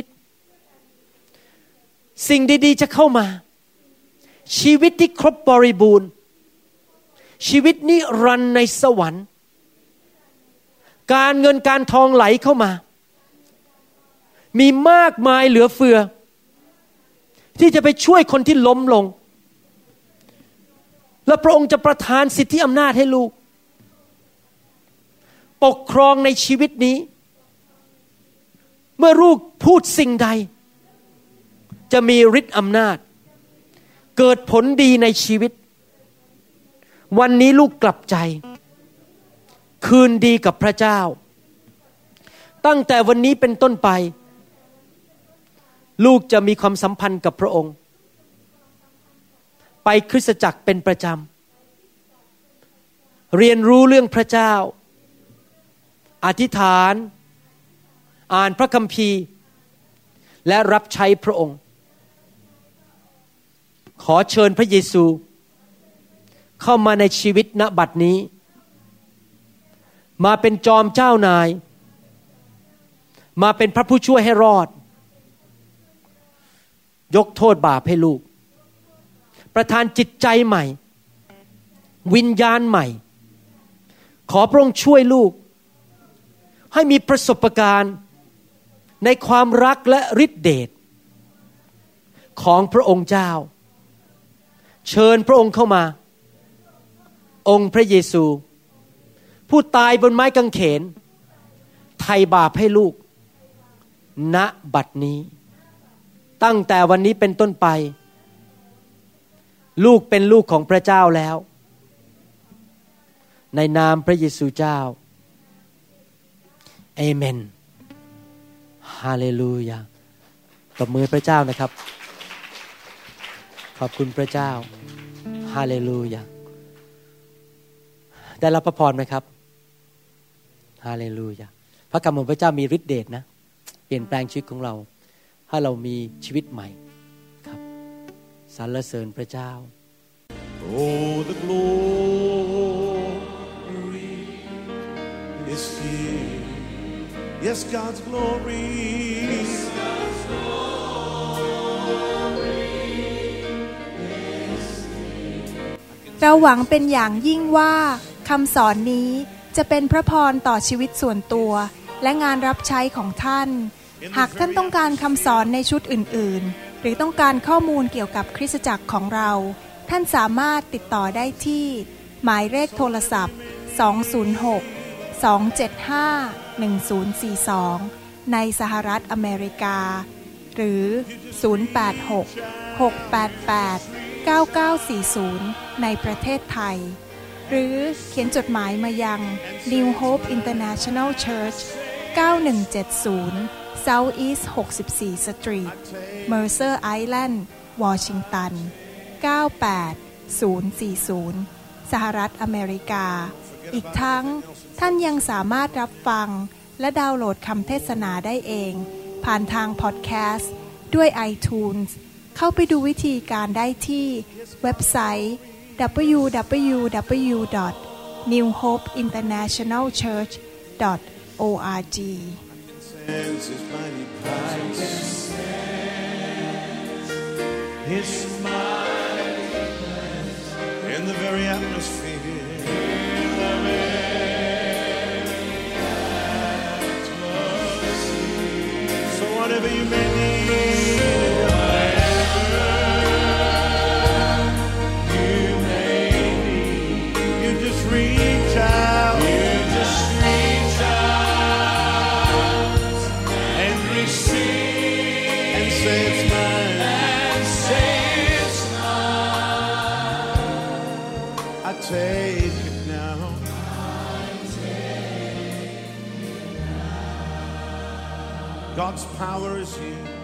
สิ่งดีๆจะเข้ามาชีวิตที่ครบบริบูรณ์ชีวิตนิรันดร์ในสวรรค์การเงินการทองไหลเข้ามามีมากมายเหลือเฟือที่จะไปช่วยคนที่ล้มลงและพระองค์จะประทานสิทธิอำนาจให้ลูกปกครองในชีวิตนี้เมื่อลูกพูดสิ่งใดจะมีฤทธิ์อำนาจเกิดผลดีในชีวิตวันนี้ลูกกลับใจคืนดีกับพระเจ้าตั้งแต่วันนี้เป็นต้นไปลูกจะมีความสัมพันธ์กับพระองค์ไปคริสตจักรเป็นประจำเรียนรู้เรื่องพระเจ้าอธิษฐานอ่านพระคัมภีร์และรับใช้พระองค์ขอเชิญพระเยซูเข้ามาในชีวิตณบัดนี้มาเป็นจอมเจ้านายมาเป็นพระผู้ช่วยให้รอดยกโทษบาปให้ลูกประทานจิตใจใหม่วิญญาณใหม่ขอพระองค์ช่วยลูกให้มีประสบการณ์ในความรักและฤทธิเดชของพระองค์เจ้าเชิญพระองค์เข้ามาองค์พระเยซูผู้ตายบนไม้กางเขนไถ่บาปให้ลูกณบัดนี้ตั้งแต่วันนี้เป็นต้นไปลูกเป็นลูกของพระเจ้าแล้วในนามพระเยซูเจ้าเอเมนฮาเลลูยาตบมือพระเจ้านะครับขอบคุณพระเจ้าฮาเลลูยาได้รับพระพรไหมครับฮาเลลูยาพระคำของพระเจ้ามีฤทธิ์เดชนะเปลี่ยนแปลงชีวิตของเราให้เรามีชีวิตใหม่ครับสรรเสริญพระเจ้า Oh, the glory is here. Yes, God's glory. Yes, God's glory is here. เราหวังเป็นอย่างยิ่งว่าคำสอนนี้จะเป็นพระพรต่อชีวิตส่วนตัวและงานรับใช้ของท่านหากท่านต้องการคำสอนในชุดอื่นๆหรือต้องการข้อมูลเกี่ยวกับคริสตจักรของเราท่านสามารถติดต่อได้ที่หมายเลขโทรศัพท์สอง ศูนย์ หก สอง เจ็ด ห้า หนึ่ง ศูนย์ สี่ สองในสหรัฐอเมริกาหรือศูนย์ แปด หก หก แปด แปด เก้า เก้า สี่ ศูนย์ในประเทศไทยหรือเขียนจดหมายมายัง New Hope International Church เก้าหนึ่งเจ็ดศูนย์ South East หกสิบสี่ Street Mercer Island Washington เก้าแปดศูนย์สี่ศูนย์สหรัฐอเมริกาอีกทั้งท่านยังสามารถรับฟังและดาวน์โหลดคำเทศนาได้เองผ่านทางพอดแคสต์ด้วย iTunes เข้าไปดูวิธีการได้ที่เว็บไซต์ ดับเบิลยู ดับเบิลยู ดับเบิลยู ดอท นิว โฮป อินเตอร์เนชั่นแนล เชิร์ช ดอท โอ อาร์ จี His mighty presence in the very atmosphere. In the very atmosphere. So whatever you may need, whatever you may need, you just reach out. You just reach out and receive and say it's mine. Take it now. God's power is here.